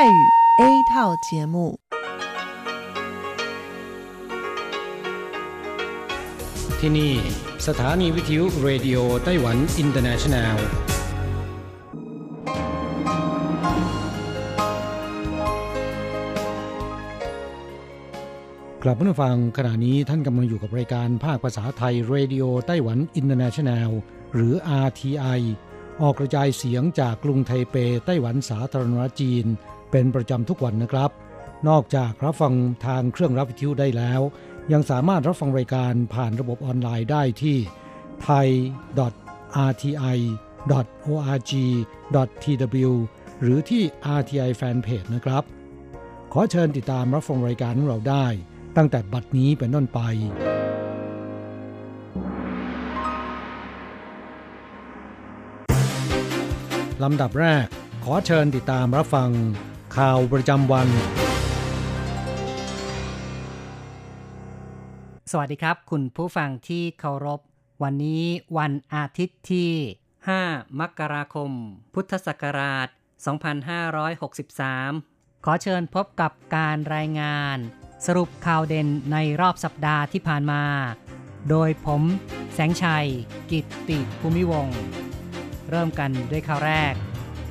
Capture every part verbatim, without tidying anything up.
语 A 套节目。 ที่นี่สถานีวิทยุเรดิโอไต้หวันอินเตอร์เนชั่นแนลกลับมาฟังขณะนี้ท่านกำลังอยู่กับรายการภาคภาษาไทยเรดิโอไต้หวันอินเตอร์เนชั่นแนลหรือ อาร์ ที ไอ ออกกระจายเสียงจากกรุงไทเปไต้หวันสาธารณรัฐจีนเป็นประจำทุกวันนะครับนอกจากรับฟังทางเครื่องรับวิทยุได้แล้วยังสามารถรับฟังรายการผ่านระบบออนไลน์ได้ที่ ไทย ดอท อาร์ ที ไอ ดอท โอ อาร์ จี ดอท ที ดับเบิลยู หรือที่ อาร์ ที ไอ Fanpage นะครับขอเชิญติดตามรับฟังรายการของเราได้ตั้งแต่บัดนี้เป็นต้นไปลำดับแรกขอเชิญติดตามรับฟังข่าวประจำวันสวัสดีครับคุณผู้ฟังที่เคารพวันนี้วันอาทิตย์ที่ห้ามกราคมพุทธศักราชสองพันห้าร้อยหกสิบสามขอเชิญพบกับการรายงานสรุปข่าวเด่นในรอบสัปดาห์ที่ผ่านมาโดยผมแสงชัยกิตติภูมิวงศ์เริ่มกันด้วยข่าวแรก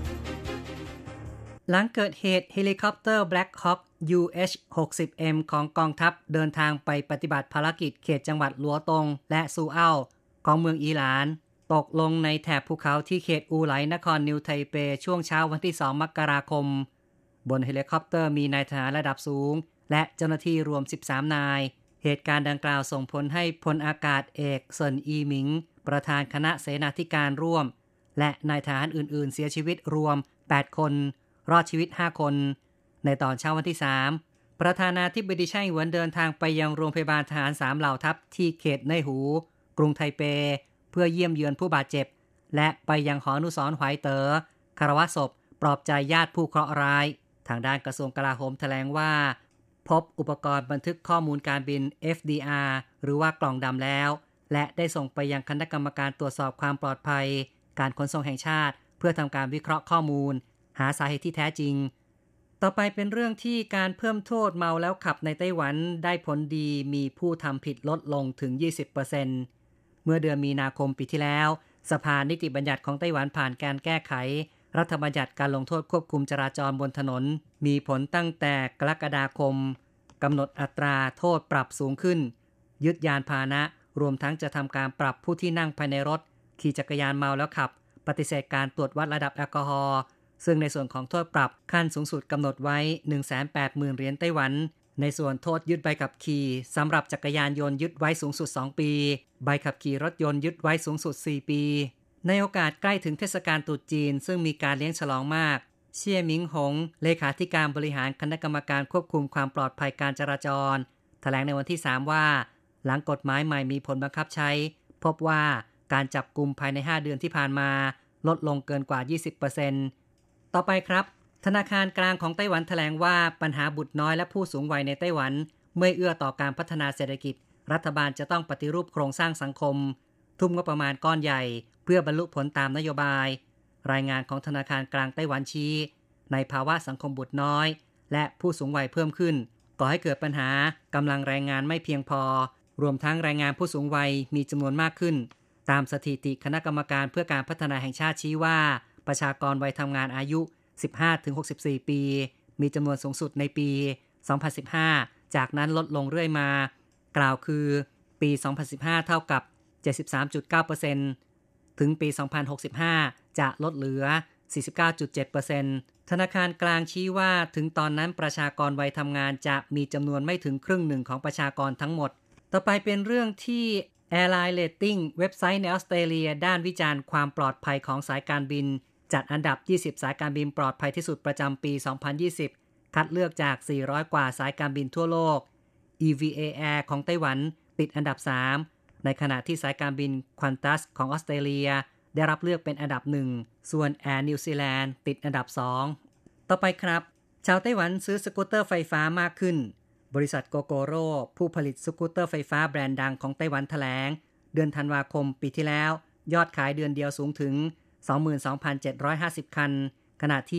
หลังเกิดเหตุเฮลิคอปเตอร์ Black Hawk ยู เอช หกสิบ เอ็ม ของกองทัพเดินทางไปปฏิบัติภารกิจเขตจังหวัดลัวตงและซูเอ้าของเมืองอิหร่านตกลงในแถบภูเขาที่เขตอูไหลนครนิวไทเปช่วงเช้าวันที่สองมกราคมบนเฮลิคอปเตอร์มีนายทหารระดับสูงและเจ้าหน้าที่รวมสิบสามนายเหตุการณ์ดังกล่าวส่งผลให้พลอากาศเอกเซินอีหมิงประธานคณะเสนาธิการร่วมและนายทหารอื่นๆเสียชีวิตรวมแปดคนรอดชีวิตห้าคนในตอนเช้าวันที่สามประธานาธิบดีไช่หวนเดินทางไปยังโรงพยาบาลทหารสามเหล่าทัพที่เขตไนหูกรุงไทเปเพื่อเยี่ยมเยือนผู้บาดเจ็บและไปยังหออนุสรณ์หวายเต๋อคารวะศพปลอบใจญาติผู้เคราะห์ร้ายทางด้านกระทรวงกลาโหมแถลงว่าพบอุปกรณ์บันทึกข้อมูลการบิน เอฟ ดี อาร์ หรือว่ากล่องดำแล้วและได้ส่งไปยังคณะกรรมการตรวจสอบความปลอดภัยการขนส่งแห่งชาติเพื่อทำการวิเคราะห์ข้อมูลหาสาเหตุที่แท้จริงต่อไปเป็นเรื่องที่การเพิ่มโทษเมาแล้วขับในไต้หวันได้ผลดีมีผู้ทำผิดลดลงถึง ยี่สิบเปอร์เซ็นต์ เมื่อเดือนมีนาคมปีที่แล้วสภานิติบัญญัติของไต้หวันผ่านการแก้ไขรัฐบัญญัติการลงโทษควบคุมจราจรบนถนนมีผลตั้งแต่กรกฎาคมกำหนดอัตราโทษปรับสูงขึ้นยึดยานพาหนะรวมทั้งจะทำการปรับผู้ที่นั่งภายในรถขี่จักรยานเมาแล้วขับปฏิเสธการตรวจวัดระดับแอลกอฮอล์ซึ่งในส่วนของโทษปรับขั้นสูงสุดกำหนดไว้ หนึ่งแสนแปดหมื่น เหรียญไต้หวันในส่วนโทษยึดใบขับขี่สำหรับจักรยานยนต์ยึดไว้สูงสุดสองปีใบขับขี่รถยนต์ยึดไว้สูงสุดสี่ปีในโอกาสใกล้ถึงเทศกาลตรุษจีนซึ่งมีการเลี้ยงฉลองมากเชี่ยหมิงหงเลขาธิการบริหารคณะกรรมการควบคุมความปลอดภัยการจราจรแถลงในวันที่สามว่าหลังกฎหมายใหม่มีผลบังคับใช้พบว่าการจับกุมภายในห้าเดือนที่ผ่านมาลดลงเกินกว่า ยี่สิบเปอร์เซ็นต์ ต่อไปครับธนาคารกลางของไต้หวันแถลงว่าปัญหาบุตรน้อยและผู้สูงวัยในไต้หวันไม่เอื้อต่อการพัฒนาเศรษฐกิจรัฐบาลจะต้องปฏิรูปโครงสร้างสังคมทุ่มงบประมาณก้อนใหญ่เพื่อบรรลุผลตามนโยบายรายงานของธนาคารกลางไต้หวันชี้ในภาวะสังคมบุตรน้อยและผู้สูงวัยเพิ่มขึ้นก่อให้เกิดปัญหากำลังแรงงานไม่เพียงพอรวมทั้งแรงงานผู้สูงวัยมีจำนวนมากขึ้นตามสถิติคณะกรรมการเพื่อการพัฒนาแห่งชาติชี้ว่าประชากรวัยทำงานอายุ สิบห้าถึงหกสิบสี่ ปีมีจำนวนสูงสุดในปี สองพันสิบห้า จากนั้นลดลงเรื่อยมากล่าวคือปี สองพันสิบห้า เท่ากับ เจ็ดสิบสามจุดเก้าเปอร์เซ็นต์ ถึงปี สองพันหกสิบห้า จะลดเหลือ สี่สิบเก้าจุดเจ็ดเปอร์เซ็นต์ ธนาคารกลางชี้ว่าถึงตอนนั้นประชากรวัยทำงานจะมีจำนวนไม่ถึงครึ่งหนึ่งของประชากรทั้งหมดต่อไปเป็นเรื่องที่ Airline Rating เว็บไซต์ในออสเตรเลียด้านวิจารณ์ความปลอดภัยของสายการบินจัดอันดับยี่สิบสายการบินปลอดภัยที่สุดประจำปี สองพันยี่สิบ คัดเลือกจากสี่ร้อยกว่าสายการบินทั่วโลก อี วี เอ Air ของไต้หวันติดอันดับสามในขณะที่สายการบิน Qantas ของออสเตรเลียได้รับเลือกเป็นอันดับหนึ่งส่วน Air New Zealand ติดอันดับสองต่อไปครับชาวไต้หวันซื้อสกูตเตอร์ไฟฟ้ามากขึ้นบริษัทโกโกโร่ผู้ผลิตสกูตเตอร์ไฟฟ้าแบรนด์ดังของไต้หวันแถลงเดือนธันวาคมปีที่แล้วยอดขายเดือนเดียวสูงถึง สองหมื่นสองพันเจ็ดร้อยห้าสิบ คันขณะที่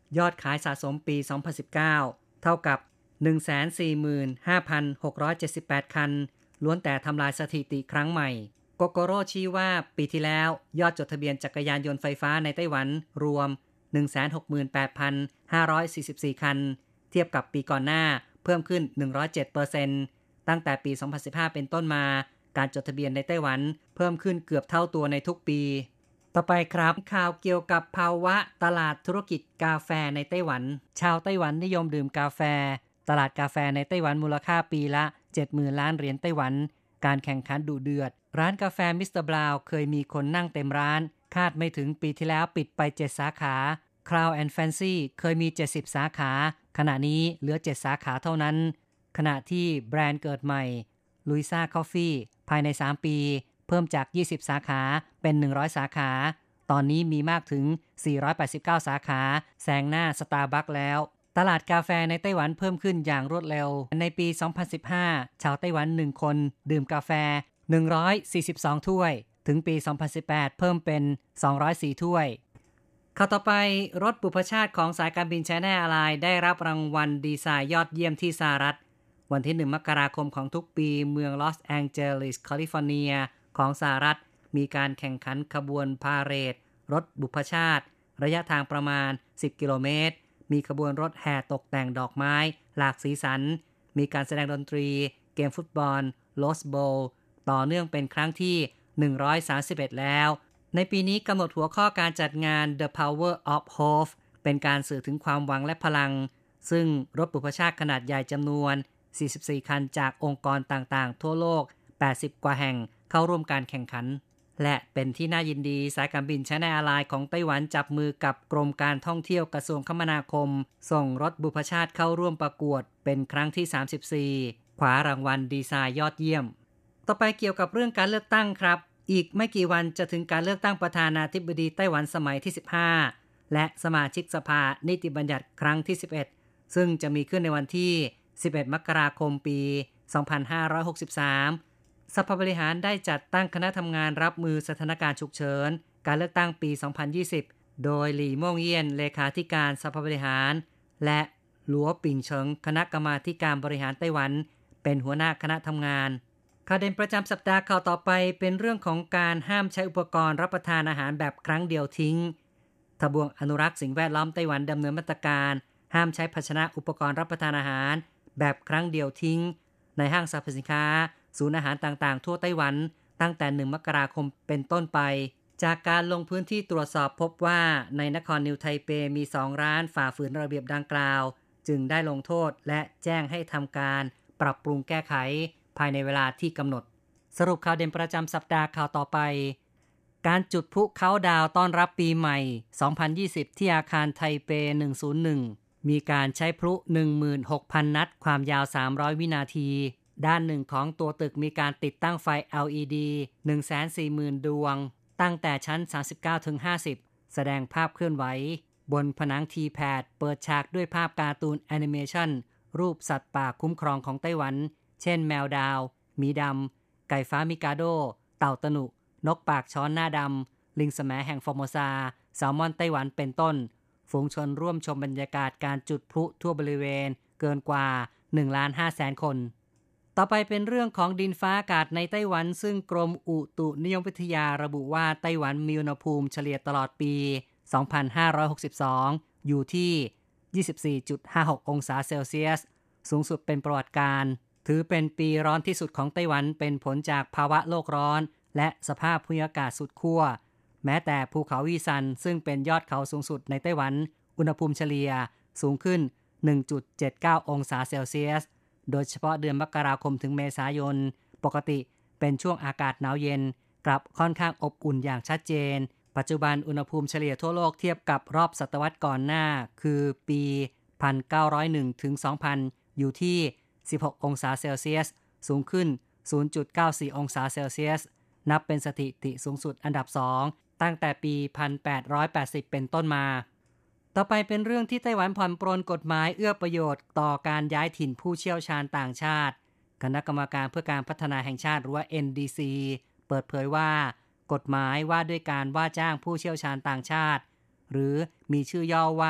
ยอดขายสะสมปี สองพันสิบเก้า เท่ากับ หนึ่งแสนสี่หมื่นห้าพันหกร้อยเจ็ดสิบแปด คันล้วนแต่ทำลายสถิติครั้งใหม่โกโกโร่ชี้ว่าปีที่แล้วยอดจดทะเบียนจักรยานยนต์ไฟฟ้าในไต้หวันรวม หนึ่งแสนหกหมื่นแปดพันห้าร้อยสี่สิบสี่ คันเทียบกับปีก่อนหน้าเพิ่มขึ้น หนึ่งร้อยเจ็ดเปอร์เซ็นต์ ตั้งแต่ปี สองพันสิบห้า เป็นต้นมาการจดทะเบียนในไต้หวันเพิ่มขึ้นเกือบเท่าตัวในทุกปีต่อไปครับข่าวเกี่ยวกับภาวะตลาดธุรกิจกาแฟในไต้หวันชาวไต้หวันนิยมดื่มกาแฟตลาดกาแฟในไต้หวันมูลค่าปีละ เจ็ดหมื่น ล้านเหรียญไต้หวันการแข่งขันดุเดือดร้านกาแฟมิสเตอร์บราวน์เคยมีคนนั่งเต็มร้านคาดไม่ถึงปีที่แล้วปิดไปเจ็ดสาขา Crown and Fancy เคยมีเจ็ดสิบสาขาขณะนี้เหลือเจ็ดสาขาเท่านั้นขณะที่แบรนด์เกิดใหม่ Louisa Coffee ภายในสามปีเพิ่มจากยี่สิบสาขาเป็นหนึ่งร้อยสาขาตอนนี้มีมากถึงสี่ร้อยแปดสิบเก้าสาขาแซงหน้า Starbucks แล้วตลาดกาแฟในไต้หวันเพิ่มขึ้นอย่างรวดเร็วในปี สองพันสิบห้า ชาวไต้หวันหนึ่งคนดื่มกาแฟหนึ่งร้อยสี่สิบสองถ้วยถึงปี สองพันสิบแปด เพิ่มเป็นสองร้อยสี่ถ้วยข่าวต่อไปรถบุพชาติของสายการบิน China Airlines ได้รับรางวัลดีไซน์ยอดเยี่ยมที่สหรัฐวันที่หนึ่งมกราคมของทุกปีเมืองลอสแองเจลิสแคลิฟอร์เนียของสหรัฐมีการแข่งขันขบวนพาเหรดรถบุพชาติระยะทางประมาณสิบกิโลเมตรมีขบวนรถแห่ตกแต่งดอกไม้หลากสีสันมีการแสดงดนตรีเกมฟุตบอลโรสโบว์ต่อเนื่องเป็นครั้งที่หนึ่งร้อยสามสิบเอ็ดแล้วในปีนี้กำหนดหัวข้อการจัดงาน The Power of Hope เป็นการสื่อถึงความหวังและพลังซึ่งรถบุพชาติขนาดใหญ่จำนวนสี่สิบสี่คันจากองค์กรต่างๆทั่วโลกแปดสิบกว่าแห่งเข้าร่วมการแข่งขันและเป็นที่น่ายินดีสายการบิน China Airlines ของไต้หวันจับมือกับกรมการท่องเที่ยวกระทรวงคมนาคมส่งรถบุพชาติเข้าร่วมประกวดเป็นครั้งที่สามสิบสี่คว้ารางวัลดีไซน์ยอดเยี่ยมต่อไปเกี่ยวกับเรื่องการเลือกตั้งครับอีกไม่กี่วันจะถึงการเลือกตั้งประธานาธิบดีไต้หวันสมัยที่สิบห้าและสมาชิกสภานิติบัญญัติครั้งที่สิบเอ็ดซึ่งจะมีขึ้นในวันที่สิบเอ็ดมกราคมปีสองพันห้าร้อยหกสิบสามสภาบริหารได้จัดตั้งคณะทำงานรับมือสถานการณ์ฉุกเฉินการเลือกตั้งปีสองพันยี่สิบโดยหลี่ม่งเยี่ยนเลขาธิการสภาบริหารและหลัวปิงเฉิงคณะกรรมาธิการบริหารไต้หวันเป็นหัวหน้าคณะทำงานข่าวเด่นประจำสัปดาห์ข่าวต่อไปเป็นเรื่องของการห้ามใช้อุปกรณ์รับประทานอาหารแบบครั้งเดียวทิ้งทบวงอนุรักษ์สิ่งแวดล้อมไต้หวันดำเนินมาตรการห้ามใช้ภาชนะอุปกรณ์รับประทานอาหารแบบครั้งเดียวทิ้งในห้างสรรพสินค้าศูนย์อาหารต่างๆทั่วไต้หวันตั้งแต่หนึ่งมกราคมเป็นต้นไปจากการลงพื้นที่ตรวจสอบพบว่าในนครนิวไทเปมีสองร้านฝ่าฝืนระเบียบดังกล่าวจึงได้ลงโทษและแจ้งให้ทำการปรับปรุงแก้ไขภายในเวลาที่กำหนดสรุปข่าวเด่นประจำสัปดาห์ข่าวต่อไปการจุดพลุเค้าดาวต้อนรับปีใหม่สองพันยี่สิบที่อาคารไทเปหนึ่งศูนย์หนึ่งมีการใช้พลุ หนึ่งหมื่นหกพัน นัดความยาวสามร้อยวินาทีด้านหนึ่งของตัวตึกมีการติดตั้งไฟ แอล อี ดี หนึ่งแสนสี่หมื่น ดวงตั้งแต่ชั้น สามสิบเก้าถึงห้าสิบ แสดงภาพเคลื่อนไหวบนผนัง ที แพด เปิดฉากด้วยภาพการ์ตูนแอนิเมชันรูปสัตว์ป่าคุ้มครองของไต้หวันเช่นแมวดาวหมีดำไก่ฟ้ามิกาโดเต่าตะหนุนกปากช้อนหน้าดำลิงแสมแห่งฟอร์โมซาแซลมอนไต้หวันเป็นต้นฝูงชนร่วมชมบรรยากาศการจุดพลุทั่วบริเวณเกินกว่า หนึ่งล้านห้าแสน คนต่อไปเป็นเรื่องของดินฟ้าอากาศในไต้หวันซึ่งกรมอุตุนิยมวิทยาระบุว่าไต้หวันมีอุณหภูมิเฉลี่ยตลอดปีสองพันห้าร้อยหกสิบสองอยู่ที่ ยี่สิบสี่จุดห้าหก องศาเซลเซียสสูงสุดเป็นประวัติการณ์ถือเป็นปีร้อนที่สุดของไต้หวันเป็นผลจากภาวะโลกร้อนและสภาพภูมิอากาศสุดขั้วแม้แต่ภูเขาวีซันซึ่งเป็นยอดเขาสูงสุดในไต้หวันอุณหภูมิเฉลี่ยสูงขึ้น หนึ่งจุดเจ็ดเก้า องศาเซลเซียสโดยเฉพาะเดือนมกราคมถึงเมษายนปกติเป็นช่วงอากาศหนาวเย็นกลับค่อนข้างอบอุ่นอย่างชัดเจนปัจจุบันอุณหภูมิเฉลี่ยทั่วโลกเทียบกับรอบศตวรรษก่อนหน้าคือปี หนึ่งพันเก้าร้อยเอ็ด ถึง สองพัน อยู่ที่ สิบหก องศาเซลเซียสสูงขึ้น ศูนย์จุดเก้าสี่ องศาเซลเซียสนับเป็นสถิติสูงสุดอันดับสองตั้งแต่ปี หนึ่งพันแปดร้อยแปดสิบ เป็นต้นมาต่อไปเป็นเรื่องที่ไต้หวันผ่อนปรนกฎหมายเอื้อประโยชน์ต่อการย้ายถิ่นผู้เชี่ยวชาญต่างชาติคณะกรรมการเพื่อการพัฒนาแห่งชาติหรือว่า เอ็น ดี ซี เปิดเผยว่ากฎหมายว่าด้วยการว่าจ้างผู้เชี่ยวชาญต่างชาติหรือมีชื่อย่อว่า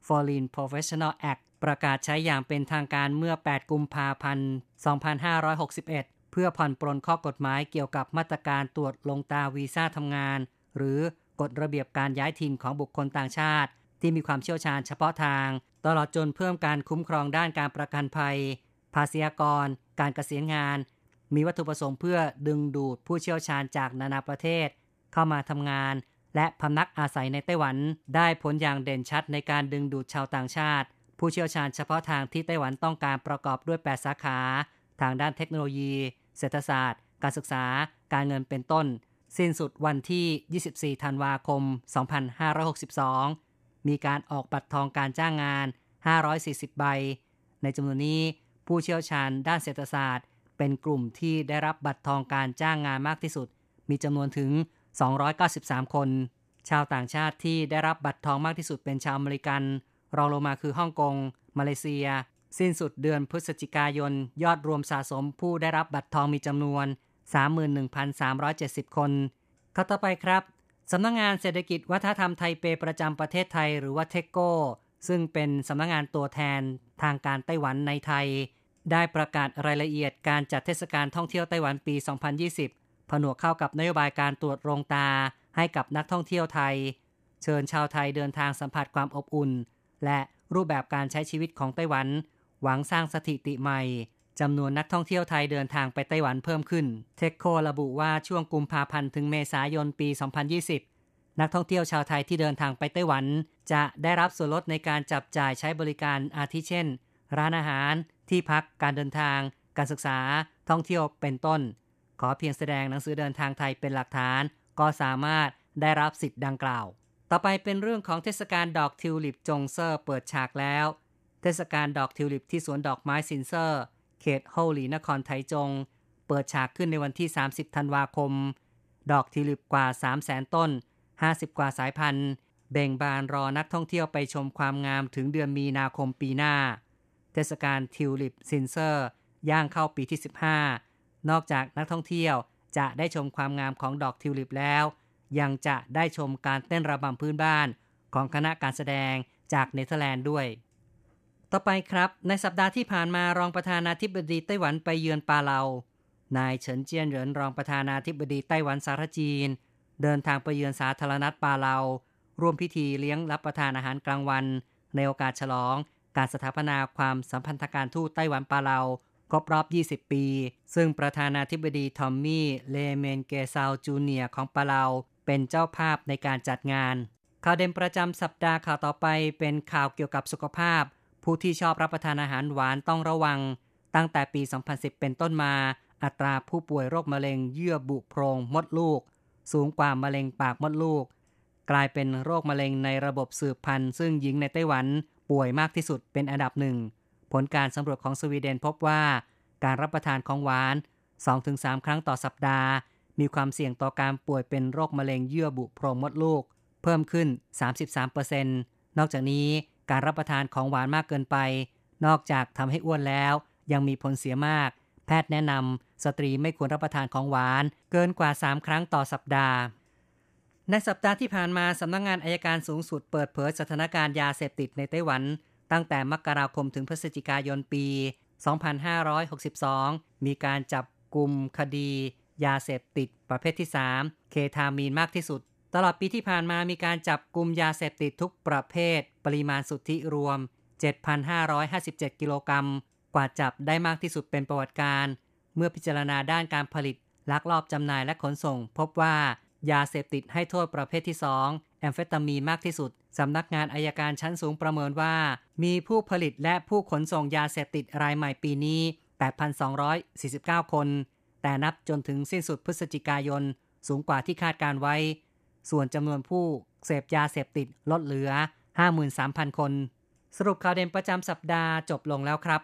Foreign Professional Act ประกาศใช้อย่างเป็นทางการเมื่อแปดกุมภาพันธ์สองพันห้าร้อยหกสิบเอ็ดเพื่อผ่อนปรนข้อกฎหมายเกี่ยวกับมาตรการตรวจลงตาวีซ่าทำงานหรือกฎระเบียบการย้ายถิ่นของบุคคลต่างชาติที่มีความเชี่ยวชาญเฉพาะทางตลอดจนเพิ่มการคุ้มครองด้านการประกันภัยภาษีอากรการเกษียณงานมีวัตถุประสงค์เพื่อดึงดูดผู้เชี่ยวชาญจากนานาประเทศเข้ามาทำงานและพำนักอาศัยในไต้หวันได้ผลอย่างเด่นชัดในการดึงดูดชาวต่างชาติผู้เชี่ยวชาญเฉพาะทางที่ไต้หวันต้องการประกอบด้วยแปดสาขาทางด้านเทคโนโลยีเศรษฐศาสตร์การศึกษาการเงินเป็นต้นสิ้นสุดวันที่ยี่สิบสี่ธันวาคมสองพันห้าร้อยหกสิบสองมีการออกบัตรทองการจ้างงานห้าร้อยสี่สิบใบในจำนวนนี้ผู้เชี่ยวชาญด้านเศรษฐศาสตร์เป็นกลุ่มที่ได้รับบัตรทองการจ้างงานมากที่สุดมีจำนวนถึงสองร้อยเก้าสิบสามคนชาวต่างชาติที่ได้รับบัตรทองมากที่สุดเป็นชาวอเมริกันรองลงมาคือฮ่องกงมาเลเซียสิ้นสุดเดือนพฤศจิกายนยอดรวมสะสมผู้ได้รับบัตรทองมีจำนวน สามหมื่นหนึ่งพันสามร้อยเจ็ดสิบ คนข้อต่อไปครับสำนักงานเศรษฐกิจวัฒนธรรมไทเปประจำประเทศไทยหรือว่าเทคโก้ซึ่งเป็นสำนักงานตัวแทนทางการไต้หวันในไทยได้ประกาศรายละเอียดการจัดเทศกาลท่องเที่ยวไต้หวันปีสองพันยี่สิบผนวกเข้ากับนโยบายการตรวจโรงตาให้กับนักท่องเที่ยวไทยเชิญชาวไทยเดินทางสัมผัสความอบอุ่นและรูปแบบการใช้ชีวิตของไต้หวันหวังสร้างสถิติใหม่จำนวนนักท่องเที่ยวไทยเดินทางไปไต้หวันเพิ่มขึ้นเทคโคระบุว่าช่วงกุมภาพันธ์ถึงเมษายนปีสองพันยี่สิบนักท่องเที่ยวชาวไทยที่เดินทางไปไต้หวันจะได้รับส่วนลดในการจับจ่ายใช้บริการอาทิเช่นร้านอาหารที่พักการเดินทางการศึกษาท่องเที่ยวเป็นต้นขอเพียงแสดงหนังสือเดินทางไทยเป็นหลักฐานก็สามารถได้รับสิทธิ์ดังกล่าวต่อไปเป็นเรื่องของเทศกาลดอกทิวลิปจงเซอร์เปิดฉากแล้วเทศกาลดอกทิวลิปที่สวนดอกไม้ซินเซอร์เขตโฮหลีนครไทจงเปิดฉากขึ้นในวันที่สามสิบธันวาคมดอกทิวลิปกว่า สามแสน ต้นห้าสิบกว่าสายพันธุ์เบ่งบานรอนักท่องเที่ยวไปชมความงามถึงเดือนมีนาคมปีหน้าเทศกาลทิวลิปซินเซอร์ย่างเข้าปีที่สิบห้านอกจากนักท่องเที่ยวจะได้ชมความงามของดอกทิวลิปแล้วยังจะได้ชมการเต้นระบำพื้นบ้านของคณะการแสดงจากเนเธอร์แลนด์ด้วยต่อไปครับในสัปดาห์ที่ผ่านมารองประธานาธิบดีไต้หวันไปเยือนปาเลานายเฉินเจี้ยนเหรินรองประธานาธิบดีไต้หวันสาธารณจีนเดินทางไปเยือนสาธารณรัฐปาเลาร่วมพิธีเลี้ยงรับประทานอาหารกลางวันในโอกาสฉลองการสถาปนาความสัมพันธการทูตไต้หวันปาเลาครบรอบยี่สิบปีซึ่งประธานาธิบดีทอมมี่เลเมนเกซาวจูเนียร์ของปาเลาเป็นเจ้าภาพในการจัดงานข่าวเด่นประจำสัปดาห์ข่าวต่อไปเป็นข่าวเกี่ยวกับสุขภาพผู้ที่ชอบรับประทานอาหารหวานต้องระวังตั้งแต่ปีสองพันสิบเป็นต้นมาอัตราผู้ป่วยโรคมะเร็งเยื่อบุโพรงมดลูกสูงกว่ามะเร็งปากมดลูกกลายเป็นโรคมะเร็งในระบบสืบพันธุ์ซึ่งหญิงในไต้หวันป่วยมากที่สุดเป็นอันดับหนึ่งผลการสำรวจของสวีเดนพบว่าการรับประทานของหวาน สองถึงสาม ครั้งต่อสัปดาห์มีความเสี่ยงต่อการป่วยเป็นโรคมะเร็งเยื่อบุโพรงมดลูกเพิ่มขึ้น สามสิบสามเปอร์เซ็นต์ นอกจากนี้การรับประทานของหวานมากเกินไปนอกจากทำให้อ้วนแล้วยังมีผลเสียมากแพทย์แนะนำสตรีไม่ควรรับประทานของหวานเกินกว่าสามครั้งต่อสัปดาห์ในสัปดาห์ที่ผ่านมาสำนักงานอัยการสูงสุดเปิดเผยสถานการณ์ยาเสพติดในไต้หวันตั้งแต่มกราคมถึงพฤศจิกายนปีสองพันห้าร้อยหกสิบสองมีการจับกุมคดียาเสพติดประเภทที่สามเคทามีนมากที่สุดตลอดปีที่ผ่านมามีการจับกุมยาเสพติดทุกประเภทปริมาณสุทธิรวม เจ็ดพันห้าร้อยห้าสิบเจ็ด กิโลกรัมกว่าจับได้มากที่สุดเป็นประวัติการเมื่อพิจารณาด้านการผลิตลักลอบจำหน่ายและขนส่งพบว่ายาเสพติดให้โทษประเภทที่สองแอมเฟตามีนมากที่สุดสำนักงานอัยการชั้นสูงประเมินว่ามีผู้ผลิตและผู้ขนส่งยาเสพติดรายใหม่ปีนี้ แปดพันสองร้อยสี่สิบเก้า คนแต่นับจนถึงสิ้นสุดพฤศจิกายนสูงกว่าที่คาดการไว้ส่วนจำนวนผู้เสพยาเสพติดลดเหลือ ห้าหมื่นสามพัน คนสรุปข่าวเด่นประจำสัปดาห์จบลงแล้วครับ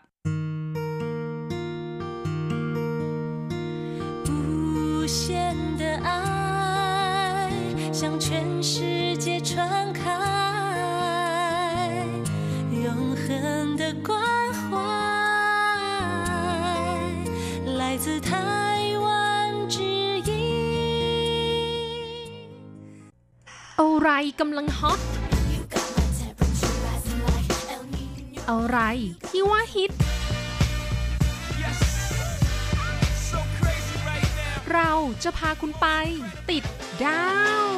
无限的爱向全世界传开永恒的关怀来自台湾之音อะไรกำลังฮอตอะไรที่ว่าฮิต yes. so right เราจะพาคุณไปติดดาว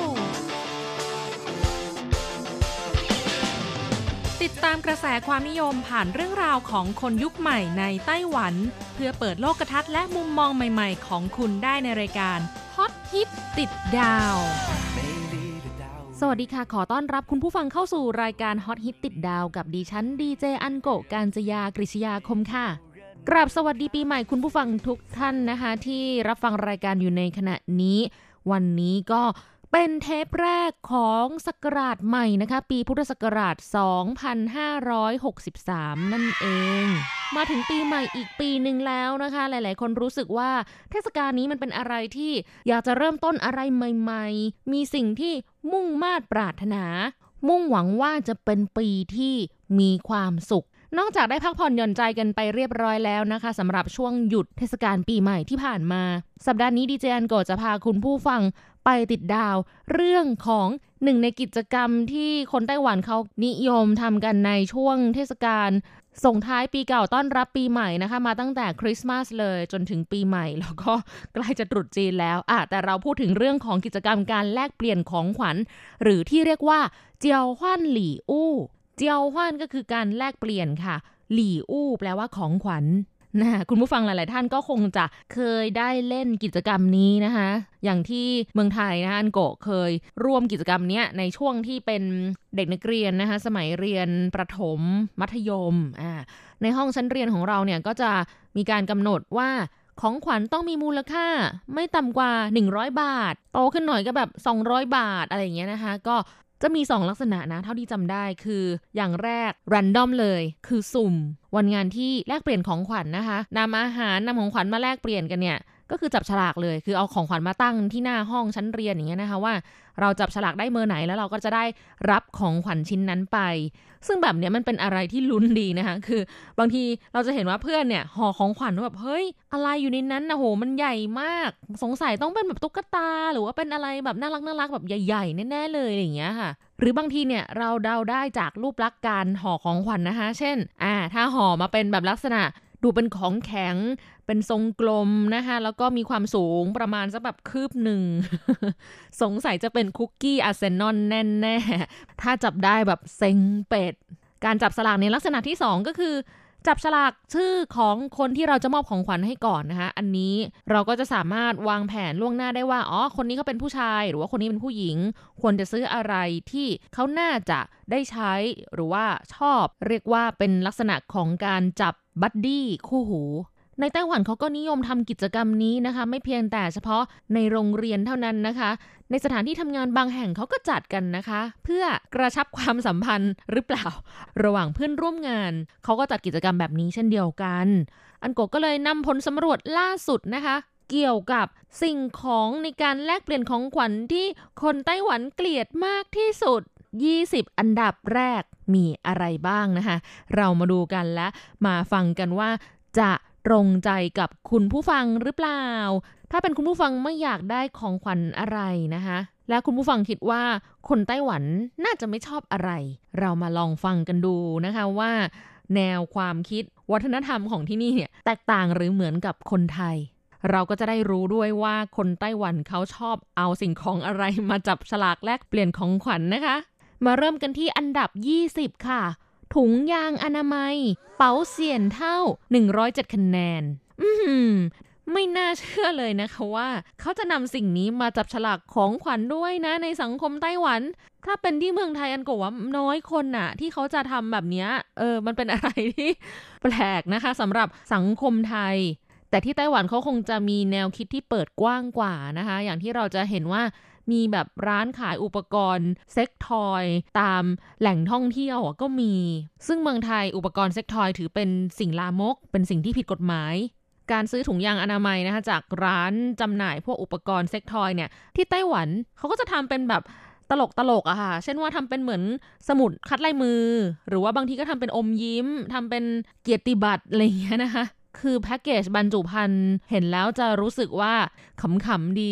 ติดตามกระแสความนิยมผ่านเรื่องราวของคนยุคใหม่ในไต้หวันเพื่อเปิดโลกทัศน์และมุมมองใหม่ๆของคุณได้ในรายการฮอตฮิตติดดาวสวัสดีค่ะขอต้อนรับคุณผู้ฟังเข้าสู่รายการฮอตฮิตติดดาวกับดิฉันดีเจอันโกะกาญจยากฤษยาคมค่ะกราบสวัสดีปีใหม่คุณผู้ฟังทุกท่านนะคะที่รับฟังรายการอยู่ในขณะนี้วันนี้ก็เป็นเทปแรกของศักราชใหม่นะคะปีพุทธศักราชสองพันห้าร้อยหกสิบสามนั่นเองมาถึงปีใหม่อีกปีนึงแล้วนะคะหลายๆคนรู้สึกว่าเทศกาลนี้มันเป็นอะไรที่อยากจะเริ่มต้นอะไรใหม่ๆมีสิ่งที่มุ่งมา่ปรารถนามุ่งหวังว่าจะเป็นปีที่มีความสุขนอกจากได้พักผ่อนหย่อนใจกันไปเรียบร้อยแล้วนะคะสำหรับช่วงหยุดเทศกาลปีใหม่ที่ผ่านมาสัปดาห์นี้ดีเจอันโกะจะพาคุณผู้ฟังไปติดดาวเรื่องของหนึ่งในกิจกรรมที่คนไต้หวันเขานิยมทำกันในช่วงเทศกาลส่งท้ายปีเก่าต้อนรับปีใหม่นะคะมาตั้งแต่คริสต์มาสเลยจนถึงปีใหม่แล้วก็ใกล้จะตรุษจีนแล้วอ่ะแต่เราพูดถึงเรื่องของกิจกรรมการแลกเปลี่ยนของขวัญหรือที่เรียกว่าเจียวฮวันหลี่อู้เจียวฮวันก็คือการแลกเปลี่ยนค่ะหลี่อู้แปลว่าของขวัญนะคุณผู้ฟังหลายๆท่านก็คงจะเคยได้เล่นกิจกรรมนี้นะคะอย่างที่เมืองไทยนะคะอันโกะเคยร่วมกิจกรรมนี้ในช่วงที่เป็นเด็กนักเรียนนะคะสมัยเรียนประถมมัธยมอ่าในห้องชั้นเรียนของเราเนี่ยก็จะมีการกำหนดว่าของขวัญต้องมีมูลค่าไม่ต่ำกว่าหนึ่งร้อยบาทโตขึ้นหน่อยก็แบบสองร้อยบาทอะไรอย่างเงี้ยนะคะก็จะมีสองลักษณะนะเท่าที่จำได้คืออย่างแรก random เลยคือสุ่มวันงานที่แลกเปลี่ยนของขวัญ นะคะนำอาหารนำของขวัญมาแลกเปลี่ยนกันเนี่ยก็คือจับฉลากเลยคือเอาของขวัญมาตั้งที่หน้าห้องชั้นเรียนอย่างเงี้ยนะคะว่าเราจับฉลากได้เบอร์ไหนแล้วเราก็จะได้รับของขวัญชิ้นนั้นไปซึ่งแบบเนี้ยมันเป็นอะไรที่ลุ้นดีนะคะคือบางทีเราจะเห็นว่าเพื่อนเนี่ยห่อของขวัญแบบเฮ้ยอะไรอยู่ในนั้นนะโหมันใหญ่มากสงสัยต้องเป็นแบบตุ๊กตาหรือว่าเป็นอะไรแบบน่ารักน่ารักแบบใหญ่ๆแน่ๆเลยอย่างเงี้ยค่ะหรือบางทีเนี่ยเราเดาได้จากรูปลักษณ์การห่อของขวัญ นะคะเช่นอ่าถ้าห่อมาเป็นแบบลักษณะดูเป็นของแข็งเป็นทรงกลมนะคะแล้วก็มีความสูงประมาณสักแบบคืบหนึ่ง สงสัยจะเป็นคุกกี้อาร์เซนอลแน่ๆถ้าจับได้แบบเซ็งเป็ดการจับสลากในลักษณะที่สองก็คือจับฉลากชื่อของคนที่เราจะมอบของขวัญให้ก่อนนะคะอันนี้เราก็จะสามารถวางแผนล่วงหน้าได้ว่าอ๋อคนนี้เขาเป็นผู้ชายหรือว่าคนนี้เป็นผู้หญิงควรจะซื้ออะไรที่เขาน่าจะได้ใช้หรือว่าชอบเรียกว่าเป็นลักษณะของการจับบัดดี้คู่หูในไต้หวันเขาก็นิยมทำกิจกรรมนี้นะคะไม่เพียงแต่เฉพาะในโรงเรียนเท่านั้นนะคะในสถานที่ทำงานบางแห่งเขาก็จัดกันนะคะเพื่อกระชับความสัมพันธ์หรือเปล่าระหว่างเพื่อนร่วมงานเขาก็จัดกิจกรรมแบบนี้เช่นเดียวกันอันโกก็เลยนำผลสำรวจล่าสุดนะคะเกี่ยวกับสิ่งของในการแลกเปลี่ยนของขวัญที่คนไต้หวันเกลียดมากที่สุดยี่สิบอันดับแรกมีอะไรบ้างนะคะเรามาดูกันและมาฟังกันว่าจะตรงใจกับคุณผู้ฟังหรือเปล่าถ้าเป็นคุณผู้ฟังไม่อยากได้ของขวัญอะไรนะคะและคุณผู้ฟังคิดว่าคนไต้หวันน่าจะไม่ชอบอะไรเรามาลองฟังกันดูนะคะว่าแนวความคิดวัฒนธรรมของที่นี่เนี่ยแตกต่างหรือเหมือนกับคนไทยเราก็จะได้รู้ด้วยว่าคนไต้หวันเขาชอบเอาสิ่งของอะไรมาจับฉลากแลกเปลี่ยนของขวัญ นะคะมาเริ่มกันที่อันดับยี่สิบค่ะถุงยางอนามัยเป๋าเสี่ยนเท่าหนึ่งร้อยเจ็ดคะแนนอืมไม่น่าเชื่อเลยนะคะว่าเขาจะนำสิ่งนี้มาจับฉลากของขวัญด้วยนะในสังคมไต้หวันถ้าเป็นที่เมืองไทยอันก็ว่าน้อยคนน่ะที่เขาจะทำแบบนี้เออมันเป็นอะไรที่แปลกนะคะสำหรับสังคมไทยแต่ที่ไต้หวันเขาคงจะมีแนวคิดที่เปิดกว้างกว่านะคะอย่างที่เราจะเห็นว่ามีแบบร้านขายอุปกรณ์เซ็กทอยตามแหล่งท่องเที่ยวก็มีซึ่งเมืองไทยอุปกรณ์เซ็กทอยถือเป็นสิ่งลามกเป็นสิ่งที่ผิดกฎหมายการซื้อถุงยางอนามัยนะคะจากร้านจำหน่ายพวกอุปกรณ์เซ็กทอยเนี่ยที่ไต้หวันเขาก็จะทำเป็นแบบตลกตลกอะค่ะเช่นว่าทำเป็นเหมือนสมุดคัดลายมือหรือว่าบางทีก็ทำเป็นอมยิ้มทำเป็นเกียรติบัตรอะไรอย่างเงี้ยนะคะคือแพ็กเกจบรรจุภัณฑ์เห็นแล้วจะรู้สึกว่าขำๆดี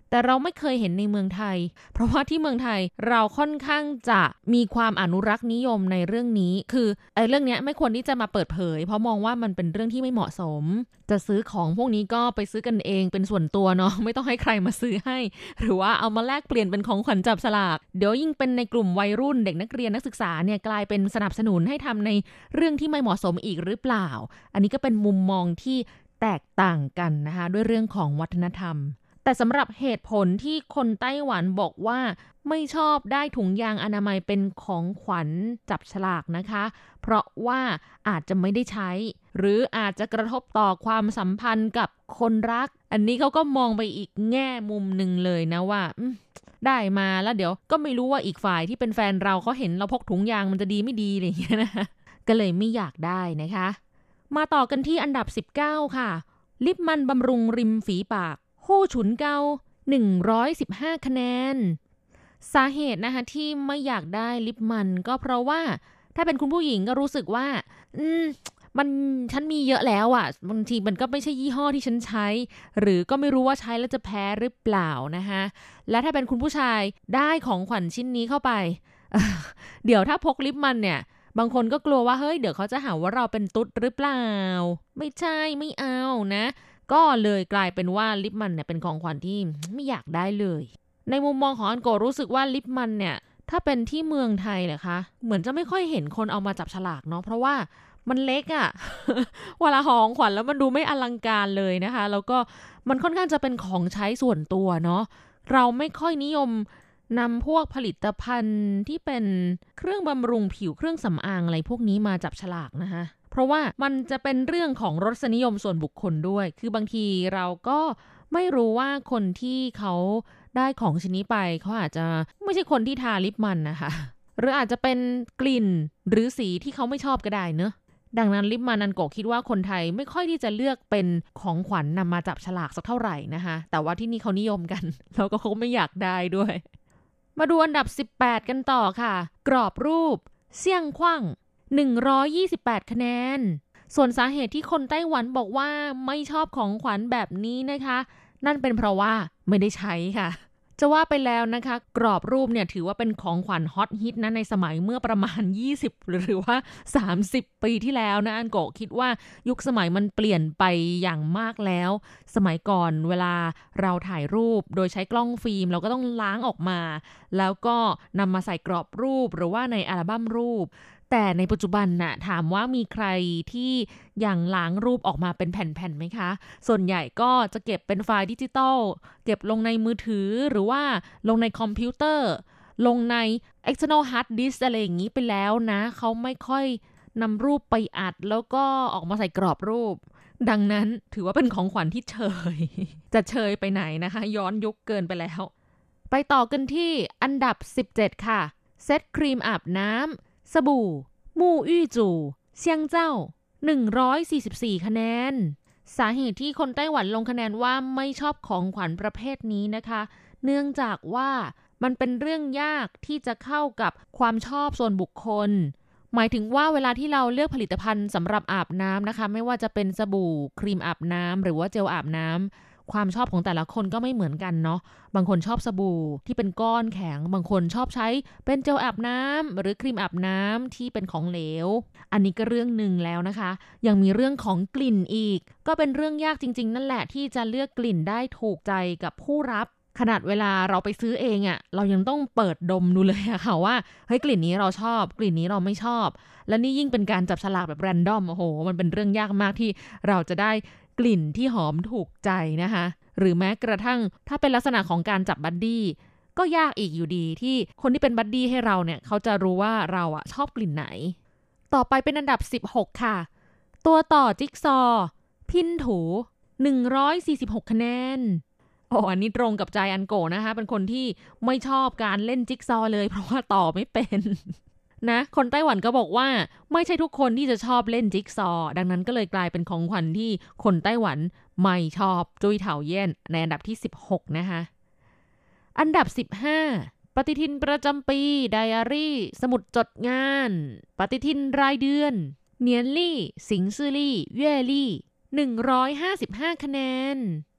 แต่เราไม่เคยเห็นในเมืองไทยเพราะว่าที่เมืองไทยเราค่อนข้างจะมีความอนุรักษ์นิยมในเรื่องนี้คือไอ้เรื่องนี้ไม่ควรที่จะมาเปิดเผยเพราะมองว่ามันเป็นเรื่องที่ไม่เหมาะสมจะซื้อของพวกนี้ก็ไปซื้อกันเองเป็นส่วนตัวเนาะไม่ต้องให้ใครมาซื้อให้หรือว่าเอามาแลกเปลี่ยนเป็นของขวัญจับฉลากเดี๋ยวยิ่งเป็นในกลุ่มวัยรุ่นเด็กนักเรียนนักศึกษาเนี่ยกลายเป็นสนับสนุนให้ทำในเรื่องที่ไม่เหมาะสมอีกหรือเปล่าอันนี้ก็เป็นมุมมองที่แตกต่างกันนะคะด้วยเรื่องของวัฒนธรรมแต่สำหรับเหตุผลที่คนไต้หวันบอกว่าไม่ชอบได้ถุงยางอนามัยเป็นของขวัญจับฉลากนะคะเพราะว่าอาจจะไม่ได้ใช้หรืออาจจะกระทบต่อความสัมพันธ์กับคนรักอันนี้เขาก็มองไปอีกแง่มุมหนึ่งเลยนะว่าได้มาแล้วเดี๋ยวก็ไม่รู้ว่าอีกฝ่ายที่เป็นแฟนเราเขาเห็นเราพกถุงยางมันจะดีไม่ดีอะไรอย่างเงี้ยนะก็เลยไม่อยากได้นะคะมาต่อกันที่อันดับสิบเก้าค่ะลิปมันบำรุงริมฝีปากโฮฉุนเกาหนึ่งร้อยสิบห้าคะแนนสาเหตุนะคะที่ไม่อยากได้ลิปมันก็เพราะว่าถ้าเป็นคุณผู้หญิงก็รู้สึกว่าอืมมันฉันมีเยอะแล้วอ่ะบางทีมันก็ไม่ใช่ยี่ห้อที่ฉันใช้หรือก็ไม่รู้ว่าใช้แล้วจะแพ้หรือเปล่านะคะและถ้าเป็นคุณผู้ชายได้ของขวัญชิ้นนี้เข้าไป เดี๋ยวถ้าพกลิปมันเนี่ยบางคนก็กลัวว่าเฮ้ยเดี๋ยวเขาจะหาว่าเราเป็นตุ๊ดหรือเปล่าไม่ใช่ไม่เอานะก็เลยกลายเป็นว่าลิปมันเนี่ยเป็นของขวัญที่ไม่อยากได้เลยในมุมมองของอันโกรู้สึกว่าลิปมันเนี่ยถ้าเป็นที่เมืองไทยเลยคะเหมือนจะไม่ค่อยเห็นคนเอามาจับฉลากเนาะเพราะว่ามันเล็กอะ่ะ เวลาห่อของขวัญแล้วมันดูไม่อลังการเลยนะคะแล้วก็มันค่อนข้างจะเป็นของใช้ส่วนตัวเนาะเราไม่ค่อยนิยมนำพวกผลิตภัณฑ์ที่เป็นเครื่องบำรุงผิวเครื่องสำอางอะไรพวกนี้มาจับฉลากนะคะเพราะว่ามันจะเป็นเรื่องของรสนิยมส่วนบุคคลด้วยคือบางทีเราก็ไม่รู้ว่าคนที่เขาได้ของชิ้นนี้ไปเขาอาจจะไม่ใช่คนที่ทาลิปมันนะคะหรืออาจจะเป็นกลิ่นหรือสีที่เขาไม่ชอบก็ได้เนอะดังนั้นลิปมันอันโกคิดว่าคนไทยไม่ค่อยที่จะเลือกเป็นของขวัญนำมาจับฉลากสักเท่าไหร่นะคะแต่ว่าที่นี่เขานิยมกันเราก็คงไม่อยากได้ด้วยมาดูอันดับสิบแปดกันต่อค่ะกรอบรูปเซี่ยงขว้างหนึ่งร้อยยี่สิบแปดคะแนนส่วนสาเหตุที่คนไต้หวันบอกว่าไม่ชอบของขวัญแบบนี้นะคะนั่นเป็นเพราะว่าไม่ได้ใช้ค่ะจะว่าไปแล้วนะคะกรอบรูปเนี่ยถือว่าเป็นของขวัญฮอตฮิตนะในสมัยเมื่อประมาณยี่สิบหรือว่าสามสิบปีที่แล้วนะอันโกคิดว่ายุคสมัยมันเปลี่ยนไปอย่างมากแล้วสมัยก่อนเวลาเราถ่ายรูปโดยใช้กล้องฟิล์มเราก็ต้องล้างออกมาแล้วก็นำมาใส่กรอบรูปหรือว่าในอัลบั้มรูปแต่ในปัจจุบันน่ะถามว่ามีใครที่ยังล้างรูปออกมาเป็นแผ่นๆไหมคะส่วนใหญ่ก็จะเก็บเป็นไฟล์ดิจิตอลเก็บลงในมือถือหรือว่าลงในคอมพิวเตอร์ลงใน external hard disk อะไรอย่างนี้ไปแล้วนะเขาไม่ค่อยนำรูปไปอัดแล้วก็ออกมาใส่กรอบรูปดังนั้นถือว่าเป็นของขวัญที่เชย จะเชยไปไหนนะคะย้อนยุคเกินไปแล้วไปต่อกันที่อันดับสิบเจ็ดค่ะเซตครีมอาบน้ำสบู่มู่อี้จู่เซียงเจ้าหนึ่งร้อยสี่สิบสี่คะแนนสาเหตุที่คนไต้หวันลงคะแนนว่าไม่ชอบของขวัญประเภทนี้นะคะเนื่องจากว่ามันเป็นเรื่องยากที่จะเข้ากับความชอบส่วนบุคคลหมายถึงว่าเวลาที่เราเลือกผลิตภัณฑ์สำหรับอาบน้ำนะคะไม่ว่าจะเป็นสบู่ครีมอาบน้ำหรือว่าเจลอาบน้ำความชอบของแต่ละคนก็ไม่เหมือนกันเนาะบางคนชอบสบู่ที่เป็นก้อนแข็งบางคนชอบใช้เป็นเจลอาบน้ำหรือครีมอาบน้ำที่เป็นของเหลวอันนี้ก็เรื่องนึงแล้วนะคะยังมีเรื่องของกลิ่นอีกก็เป็นเรื่องยากจริงๆนั่นแหละที่จะเลือกกลิ่นได้ถูกใจกับผู้รับขนาดเวลาเราไปซื้อเองอะ่ะเรายังต้องเปิดดมดูเลยอะค่ะว่าเฮ้ยกลิ่นนี้เราชอบกลิ่นนี้เราไม่ชอบและนี่ยิ่งเป็นการจับฉลากแบบแรนดอมโอ้โหมันเป็นเรื่องยากมากที่เราจะได้กลิ่นที่หอมถูกใจนะคะหรือแม้กระทั่งถ้าเป็นลักษณะของการจับบัดดี้ก็ยากอีกอยู่ดีที่คนที่เป็นบัดดี้ให้เราเนี่ยเขาจะรู้ว่าเราอะชอบกลิ่นไหนต่อไปเป็นอันดับสิบหกค่ะตัวต่อจิ๊กซอพินถูหนึ่งร้อยสี่สิบหกคะแนนโอ้อันนี้ตรงกับใจอันโกนะคะเป็นคนที่ไม่ชอบการเล่นจิ๊กซอเลยเพราะว่าต่อไม่เป็นนะคนไต้หวันก็บอกว่าไม่ใช่ทุกคนที่จะชอบเล่นจิ๊กซอดังนั้นก็เลยกลายเป็นของขวัญที่คนไต้หวันไม่ชอบจุ้ยเถาเย่นในอันดับที่สิบหกนะคะอันดับสิบห้าปฏิทินประจำปีไดอารี่สมุดจดงานปฏิทินรายเดือนเนียนลี่สิงซื่อลี่เย่ลี่หนึ่งร้อยห้าสิบห้าคะแนน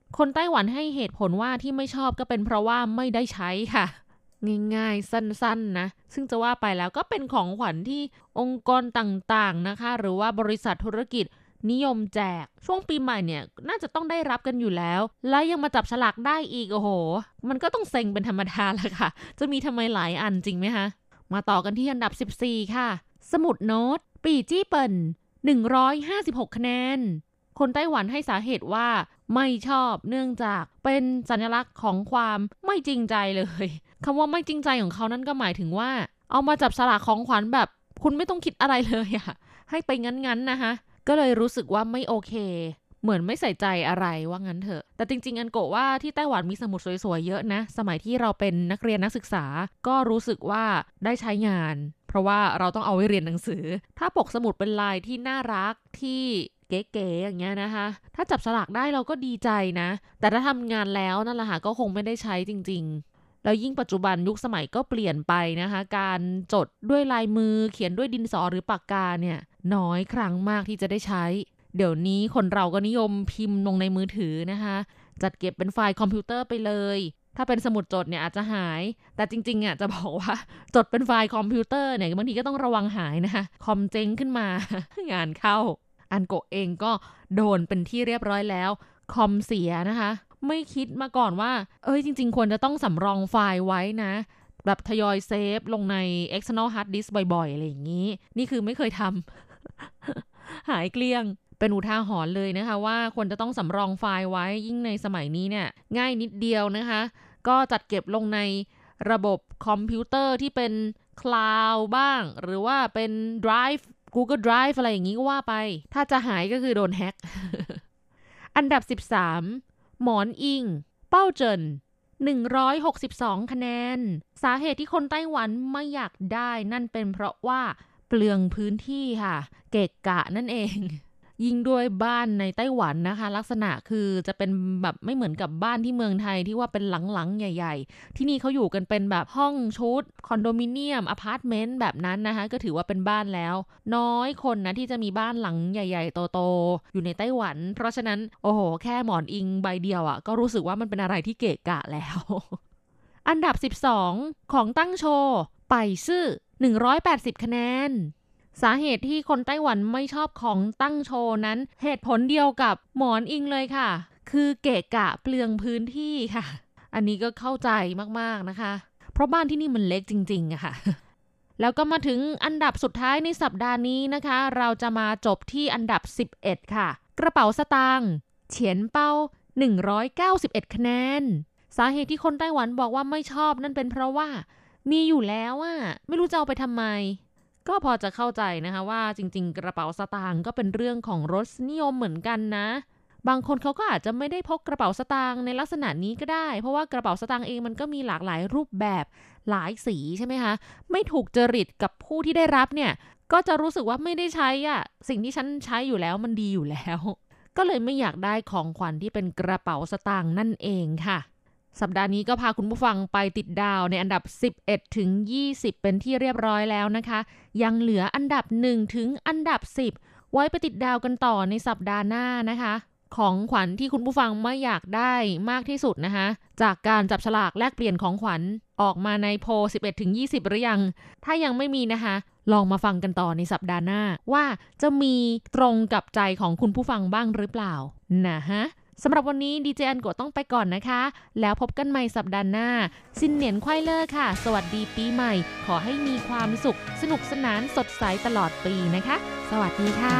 คนไต้หวันให้เหตุผลว่าที่ไม่ชอบก็เป็นเพราะว่าไม่ได้ใช้ค่ะง่ายๆสั้นๆนะซึ่งจะว่าไปแล้วก็เป็นของขวัญที่องค์กรต่างๆนะคะหรือว่าบริษัทธุรกิจนิยมแจกช่วงปีใหม่เนี่ยน่าจะต้องได้รับกันอยู่แล้วแล้วยังมาจับฉลากได้อีกโอ้โหมันก็ต้องเซ็งเป็นธรรมดาแหละค่ะจะมีทำไมหลายอันจริงไหมคะมาต่อกันที่อันดับสิบสี่ค่ะสมุดโน้ตปี่จี้เปิ่นหนึ่งร้อยห้าสิบหกคะแนนคนไต้หวันให้สาเหตุว่าไม่ชอบเนื่องจากเป็นสัญลักษณ์ของความไม่จริงใจเลยคำว่าไม่จริงใจของเขานั่นก็หมายถึงว่าเอามาจับฉลากของขวัญแบบคุณไม่ต้องคิดอะไรเลยอะให้ไปงั้นๆนะคะก็เลยรู้สึกว่าไม่โอเคเหมือนไม่ใส่ใจอะไรว่างั้นเถอะแต่จริงๆอันโกะว่าที่ไต้หวันมีสมุดสวยๆเยอะนะสมัยที่เราเป็นนักเรียนนักศึกษาก็รู้สึกว่าได้ใช้งานเพราะว่าเราต้องเอาไว้เรียนหนังสือถ้าปกสมุดเป็นลายที่น่ารักที่เก๋ๆอย่างเงี้ยนะคะถ้าจับฉลากได้เราก็ดีใจนะแต่ถ้าทำงานแล้วนั่นแหละค่ะก็คงไม่ได้ใช้จริงๆแล้วยิ่งปัจจุบันยุคสมัยก็เปลี่ยนไปนะคะการจดด้วยลายมือเขียนด้วยดินสอหรือปากกาเนี่ยน้อยครั้งมากที่จะได้ใช้เดี๋ยวนี้คนเราก็นิยมพิมพ์ลงในมือถือนะคะจัดเก็บเป็นไฟล์คอมพิวเตอร์ไปเลยถ้าเป็นสมุดจดเนี่ยอาจจะหายแต่จริงๆอ่ะจะบอกว่าจดเป็นไฟล์คอมพิวเตอร์เนี่ยบางทีก็ต้องระวังหายนะคะคอมเจ๊งขึ้นมางานเข้าอันโกะเองก็โดนเป็นที่เรียบร้อยแล้วคอมเสียนะคะไม่คิดมาก่อนว่าเอ้ยจริงๆควรจะต้องสำรองไฟล์ไว้นะแบบทยอยเซฟลงใน external hard disk บ่อยๆอะไรอย่างนี้นี่คือไม่เคยทำ หายเกลี้ยงเป็นอุทาหรณ์เลยนะคะว่าควรจะต้องสำรองไฟล์ไว้ยิ่งในสมัยนี้เนี่ยง่ายนิดเดียวนะคะก็จัดเก็บลงในระบบคอมพิวเตอร์ที่เป็นคลาวด์บ้างหรือว่าเป็น Drive Google Drive อะไรอย่างนี้ก็ว่าไปถ้าจะหายก็คือโดนแฮ็ก อันดับสิบสามหมอนอิงเป้าเจินหนึ่งร้อยหกสิบสองคะแนนสาเหตุที่คนไต้หวันไม่อยากได้นั่นเป็นเพราะว่าเปลืองพื้นที่ค่ะเกะกะนั่นเองยิ่งด้วยบ้านในไต้หวันนะคะลักษณะคือจะเป็นแบบไม่เหมือนกับบ้านที่เมืองไทยที่ว่าเป็นหลังๆใหญ่ๆที่นี่เขาอยู่กันเป็นแบบห้องชุดคอนโดมิเนียมอพาร์ตเมนต์แบบนั้นนะคะก็ถือว่าเป็นบ้านแล้วน้อยคนนะที่จะมีบ้านหลังใหญ่ๆโตๆอยู่ในไต้หวันเพราะฉะนั้นโอ้โหแค่หมอนอิงใบเดียวอ่ะก็รู้สึกว่ามันเป็นอะไรที่เกะกะแล้ว อันดับสิบสองของตั้งโชว์ไปซื่อหนึ่งร้อยแปดสิบคะแนนสาเหตุที่คนไต้หวันไม่ชอบของตั้งโชว์นั้นเหตุผลเดียวกับหมอนอิงเลยค่ะคือเกะกะเปลืองพื้นที่ค่ะอันนี้ก็เข้าใจมากๆนะคะเพราะบ้านที่นี่มันเล็กจริงๆอะค่ะ แล้วก็มาถึงอันดับสุดท้ายในสัปดาห์นี้นะคะเราจะมาจบที่อันดับสิบเอ็ดค่ะกระเป๋าสตางค์เฉียนเป้าหนึ่งร้อยเก้าสิบเอ็ดคะแนนสาเหตุที่คนไต้หวันบอกว่าไม่ชอบนั่นเป็นเพราะว่ามีอยู่แล้วอะไม่รู้จะเอาไปทำไมก็พอจะเข้าใจนะคะว่าจริงๆกระเป๋าสตางค์ก็เป็นเรื่องของรสนิยมเหมือนกันนะบางคนเขาก็อาจจะไม่ได้พกกระเป๋าสตางค์ในลักษณะนี้ก็ได้เพราะว่ากระเป๋าสตางค์เองมันก็มีหลากหลายรูปแบบหลายสีใช่ไหมคะไม่ถูกจริตกับผู้ที่ได้รับเนี่ยก็จะรู้สึกว่าไม่ได้ใช้อ่ะสิ่งที่ฉันใช้อยู่แล้วมันดีอยู่แล้วก็เลยไม่อยากได้ของขวัญที่เป็นกระเป๋าสตางค์นั่นเองค่ะสัปดาห์นี้ก็พาคุณผู้ฟังไปติดดาวในอันดับสิบเอ็ดถึงยี่สิบเป็นที่เรียบร้อยแล้วนะคะยังเหลืออันดับหนึ่งถึงอันดับสิบไว้ไปติดดาวกันต่อในสัปดาห์หน้านะคะของขวัญที่คุณผู้ฟังไม่อยากได้มากที่สุดนะคะจากการจับฉลากแลกเปลี่ยนของขวัญออกมาในโพล สิบเอ็ดถึงยี่สิบ หรือยังถ้ายังไม่มีนะคะลองมาฟังกันต่อในสัปดาห์หน้าว่าจะมีตรงกับใจของคุณผู้ฟังบ้างหรือเปล่านะฮะสำหรับวันนี้ดีเจอันโกะต้องไปก่อนนะคะแล้วพบกันใหม่สัปดาห์หน้าซินเหนียนควายเลอร์ค่ะสวัสดีปีใหม่ขอให้มีความสุขสนุกสนานสดใสตลอดปีนะคะสวัสดีค่ะ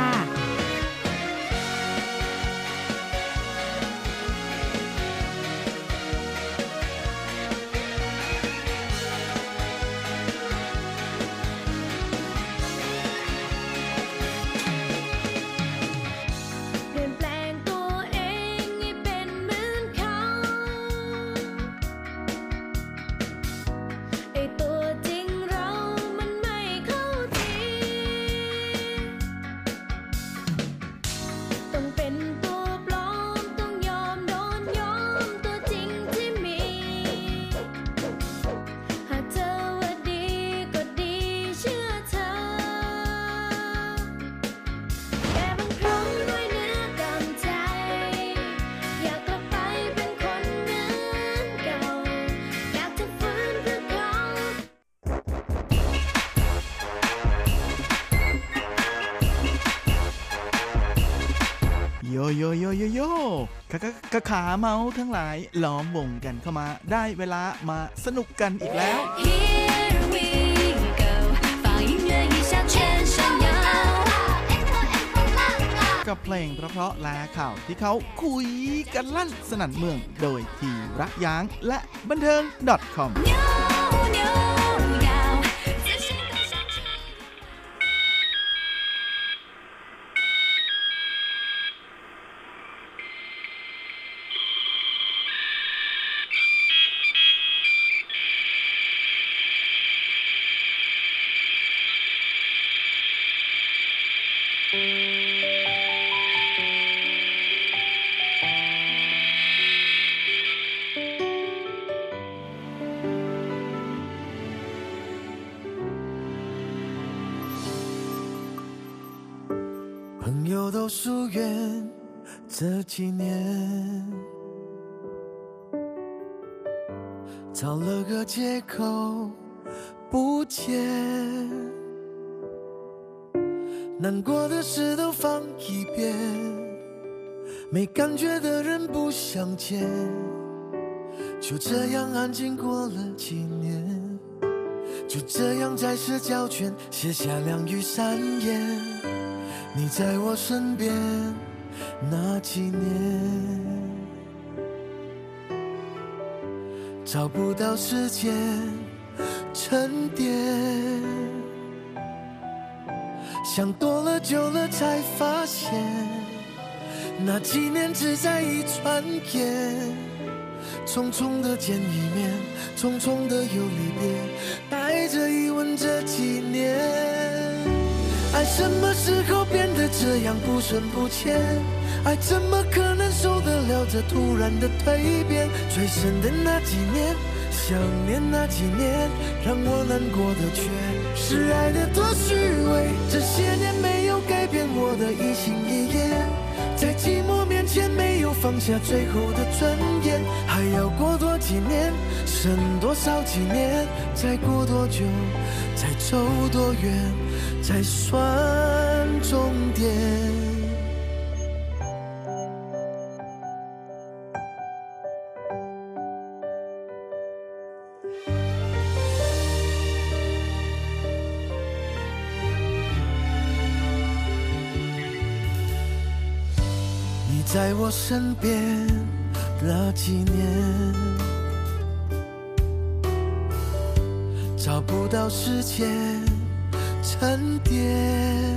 โยโยโยโยโยกะกะกะขาเมาทั้งหลายล้อมวงกันเข้ามาได้เวลามาสนุกกันอีกแล้ว Here we go 放音乐一下全身摇กับเพลงเพราะๆและข่าวที่เขาคุยกันลั่นสนั่นเมืองโดยทีรักย้างและบันเทิง .com 朋友都疏远这几年，找了个借口不见，难过的事都放一边，没感觉的人不想见，就这样安静过了几年，就这样在社交圈写下两语三言。你在我身边那几年，找不到时间沉淀，想多了久了才发现，那几年只在一转眼，匆匆的见一面，匆匆的又离别，带着疑问这几年，爱什么时候变得这样不深不浅？爱怎么可能受得了这突然的蜕变？最深的那几年，想念那几年，让我难过的却是爱的多虚伪。这些年没有改变我的一心一意，在寂寞面前没有放下最后的尊严。还要过多几年，剩多少几年？再过多久？再走多远？才算终点？你在我身边那几年，找不到时间沉淀，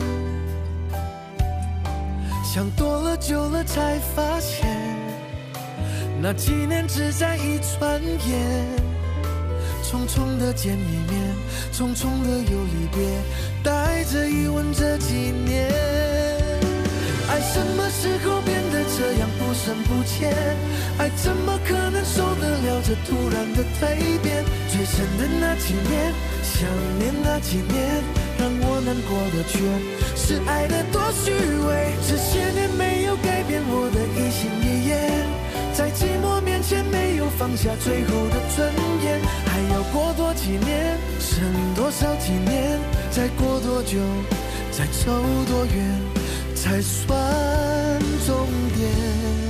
想多了久了才发现，那几年只在一转眼，匆匆的见一面，匆匆的又离别，带着疑问这几年，爱什么时候变得这样不深不浅？爱怎么可能受得了这突然的蜕变？最深的那几年，想念那几年，让我难过的却是爱的多虚伪。这些年没有改变我的一心一意，在寂寞面前没有放下最后的尊严。还要过多几年，剩多少几年？再过多久？再走多远？才算终点？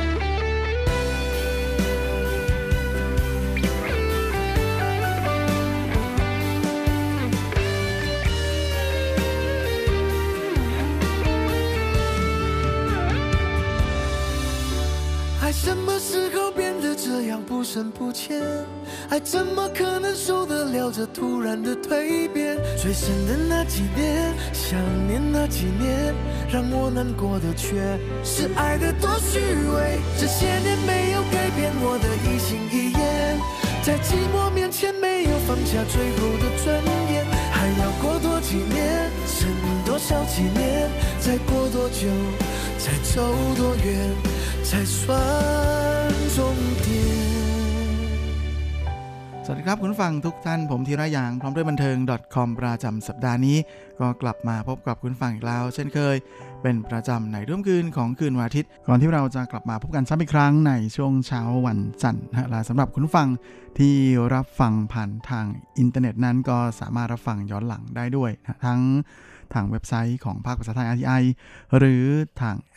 爱什么时候变得这样不深不浅？爱怎么可能受得了这突然的蜕变？最深的那几年，想念那几年，让我难过的却是爱的多虚伪。这些年没有改变我的一心一意，在寂寞面前没有放下最后的尊严。还要过多几年，剩多少几年？再过多久？再走多远？才算终点？ สวัสดีครับคุณผู้ฟังทุกท่านผมธีระยางพร้อมด้วยบันเทิง .com ประจำสัปดาห์นี้ก็กลับมาพบกับคุณผู้ฟังอีกแล้วเช่นเคยเป็นประจำในรุ่มคืนของคืนวันอาทิตย์ก่อนที่เราจะกลับมาพบกันซ้ำอีกครั้งในช่วงเช้าวันจันทร์และสำหรับคุณผู้ฟังที่รับฟังผ่านทางอินเทอร์เน็ตนั้นก็สามารถรับฟังย้อนหลังได้ด้วยทั้งทางเว็บไซต์ของภาคภาษาไทย อาร์ ที ไอ หรือทางแอป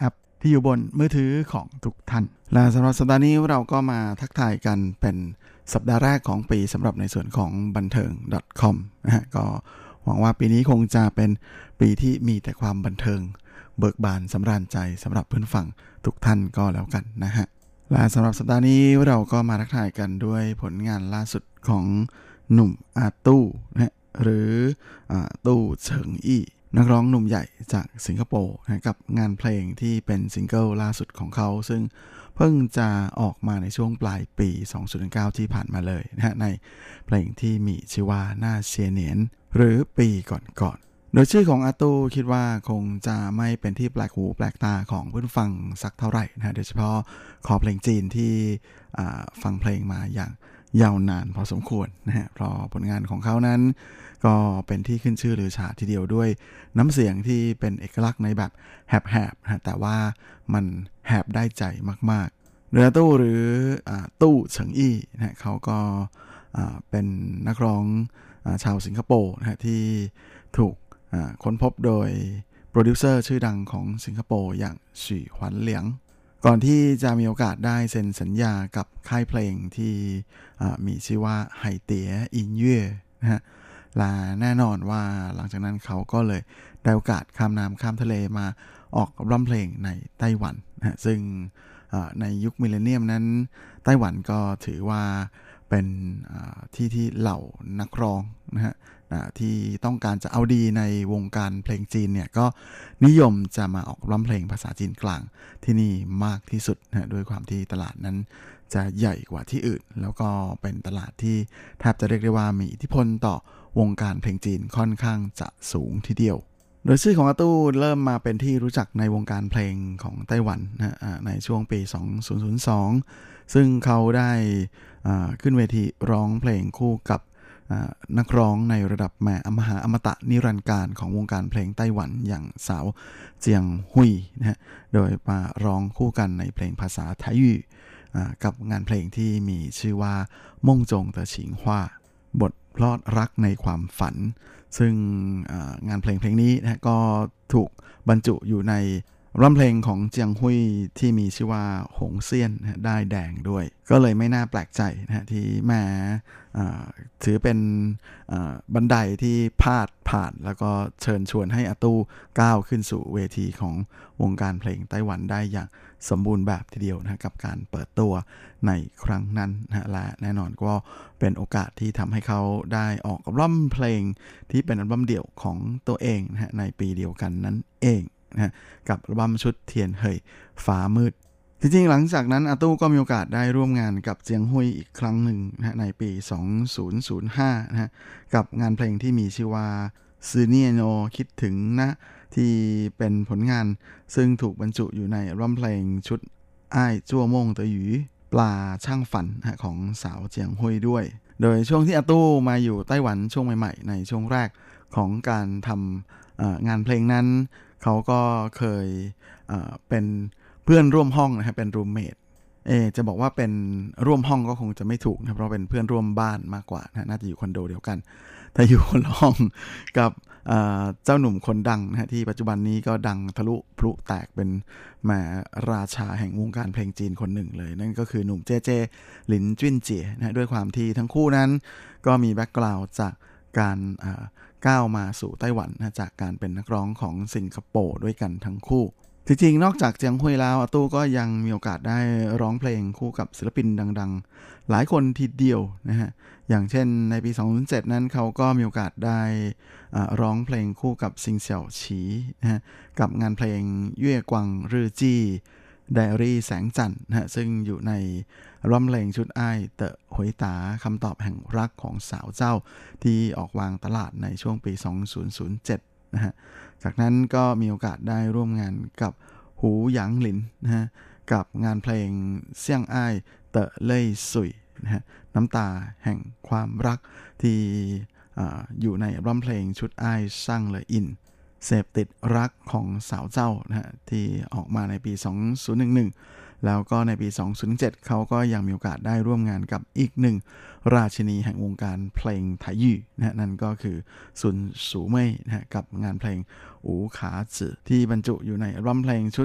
ที่อยู่บนมือถือของทุกท่านและสำหรับสัปดาห์นี้เราก็มาทักทายกันเป็นสัปดาห์แรกของปีสำหรับในส่วนของบันเทิง .com นะฮะก็หวังว่าปีนี้คงจะเป็นปีที่มีแต่ความบันเทิงเบิกบานสำราญใจสำหรับเพื่อนฟังทุกท่านก็แล้วกันนะฮะและสำหรับสัปดาห์นี้เราก็มาทักทายกันด้วยผลงานล่าสุดของหนุ่มอาตู้นะฮะหรืออาตู้เฉิงอี้นักร้องหนุ่มใหญ่จากสิงคโปร์นะกับงานเพลงที่เป็นซิงเกิลล่าสุดของเขาซึ่งเพิ่งจะออกมาในช่วงปลายปีสองพันสิบเก้าที่ผ่านมาเลยนะฮะในเพลงที่มีชื่อว่าหน้าเซียเนียนหรือปีก่อนๆโดยชื่อของอาตูคิดว่าคงจะไม่เป็นที่แปลกหูแปลกตาของผู้ฟังสักเท่าไหร่นะฮะโดยเฉพาะคอเพลงจีนที่ฟังเพลงมาอย่างยาวนานพอสมควรนะฮะเพราะผลงานของเขานั้นก็เป็นที่ขึ้นชื่อลือชาทีเดียวด้วยน้ำเสียงที่เป็นเอกลักษณ์ในแบบแหบๆนะแต่ว่ามันแหบได้ใจมากๆเรือตู้หรือตู้เฉิงอี้นะเขาก็เป็นนักร้องชาวสิงคโปร์นะที่ถูกค้นพบโดยโปรดิวเซอร์ชื่อดังของสิงคโปร์อย่างฉี่หวันเหลียงก่อนที่จะมีโอกาสได้เซ็นสัญญากับค่ายเพลงที่มีชื่อว่าไห่เตี๋ยอินเย่นะฮะและแน่นอนว่าหลังจากนั้นเขาก็เลยได้โอกาสข้ามน้ำข้ามทะเลมาออกร้องเพลงในไต้หวันนะฮะซึ่งในยุคมิลเลนเนียมนั้นไต้หวันก็ถือว่าเป็นที่ที่เหล่านักร้องนะฮะที่ต้องการจะเอาดีในวงการเพลงจีนเนี่ยก็นิยมจะมาออกร้องเพลงภาษาจีนกลางที่นี่มากที่สุดนะด้วยความที่ตลาดนั้นจะใหญ่กว่าที่อื่นแล้วก็เป็นตลาดที่แทบจะเรียกได้ว่ามีอิทธิพลต่อวงการเพลงจีนค่อนข้างจะสูงทีเดียวโดยชื่อของอาตู้เริ่มมาเป็นที่รู้จักในวงการเพลงของไต้หวันนะในช่วงปีสองพันสองซึ่งเขาได้ขึ้นเวทีร้องเพลงคู่กับนักร้องในระดับแม่มหาอมตะนิรันดร์การของวงการเพลงไต้หวันอย่างสาวเจียงหุยนะฮะโดยมาร้องคู่กันในเพลงภาษาไทยกับงานเพลงที่มีชื่อว่าม่งจงเตอฉิงฮวาบทพลอดรักในความฝันซึ่งงานเพลงเพลงนี้นะก็ถูกบรรจุอยู่ในร้องเพลงของเจียงหุยที่มีชื่อว่าหงเซียนนะได้แดงด้วยก็เลยไม่น่าแปลกใจนะที่แม่ถือเป็นบันไดที่พาดผ่านแล้วก็เชิญชวนให้อาตู้ก้าวขึ้นสู่เวทีของวงการเพลงไต้หวันได้อย่างสมบูรณ์แบบทีเดียวนะกับการเปิดตัวในครั้งนั้นนะและแน่นอนก็เป็นโอกาสที่ทำให้เขาได้ออกอัลบั้มเพลงที่เป็นอัลบั้มเดี่ยวของตัวเองนะในปีเดียวกันนั่นเองนะกับอัลบั้มชุดเทียนเฮยฟ้ามืดจริงๆหลังจากนั้นอาตู้ก็มีโอกาสได้ร่วมงานกับเจียงหุยอีกครั้งหนึ่งนะในปีสองพันห้านะกับงานเพลงที่มีชื่อว่าซือเนียโนคิดถึงนะที่เป็นผลงานซึ่งถูกบรรจุอยู่ในอัลบั้มเพลงชุดอ้ายจั่วม่งเต๋อหยูปลาช่างฝันนะของสาวเจียงหุยด้วยโดยช่วงที่อาตู้มาอยู่ไต้หวันช่วงใหม่ๆในช่วงแรกของการทำงานเพลงนั้นเขาก็เคยเอ่อเป็นเพื่อนร่วมห้องนะครับเป็นรูมเมทเอจะบอกว่าเป็นร่วมห้องก็คงจะไม่ถูกนะเพราะเป็นเพื่อนร่วมบ้านมากกว่านะน่าจะอยู่คอนโดเดียวกันแต่อยู่คนละห้องกับเจ้าหนุ่มคนดังนะที่ปัจจุบันนี้ก็ดังทะลุพลุแตกเป็นแหมราชาแห่งวงการเพลงจีนคนหนึ่งเลยนั่นก็คือหนุ่มเจเจหลินจิ้นเจี๋ยนะด้วยความที่ทั้งคู่นั้นก็มีแบ็คกราวด์จากการก้าวมาสู่ไต้หวันนะจากการเป็นนักร้องของสิงคโปร์ด้วยกันทั้งคู่จริงๆนอกจากเจียงหุยแล้วอาตู้ก็ยังมีโอกาสได้ร้องเพลงคู่กับศิลปินดังๆหลายคนทีเดียวนะฮะอย่างเช่นในปีสองพันเจ็ดนั้นเขาก็มีโอกาสได้ร้องเพลงคู่กับซิงเสี่ยวฉีนะฮะกับงานเพลงเย่กวังรื่อจี้ไดอารี่แสงจันทร์นะฮะซึ่งอยู่ในร้องเพลงชุดอ้ายเต๋อหวยตาคำตอบแห่งรักของสาวเจ้าที่ออกวางตลาดในช่วงปีสองพันเจ็ดนะฮะจากนั้นก็มีโอกาสได้ร่วมงานกับหูหยางหลินนะฮะกับงานเพลงเซี่ยงอ้ายเต๋อเล่ยสุยนะฮะน้ำตาแห่งความรักที่ออยู่ในอัลบั้มเพลงชุดอ้ายช่างเลยอินเสพติดรักของสาวเจ้านะฮะที่ออกมาในปีสองพันสิบเอ็ดแล้วก็ในปีสองพันสิบเจ็ดเขาก็ยังมีโอกาสได้ร่วมงานกับอีกหนึ่งราชินีแห่งวงการเพลงไทยยี่นะฮะนั่นก็คือซุนสูเม่ยนะฮะกับงานเพลงอูขาจื่อที่บรรจุอยู่ในอัลบั้มเพลงชุด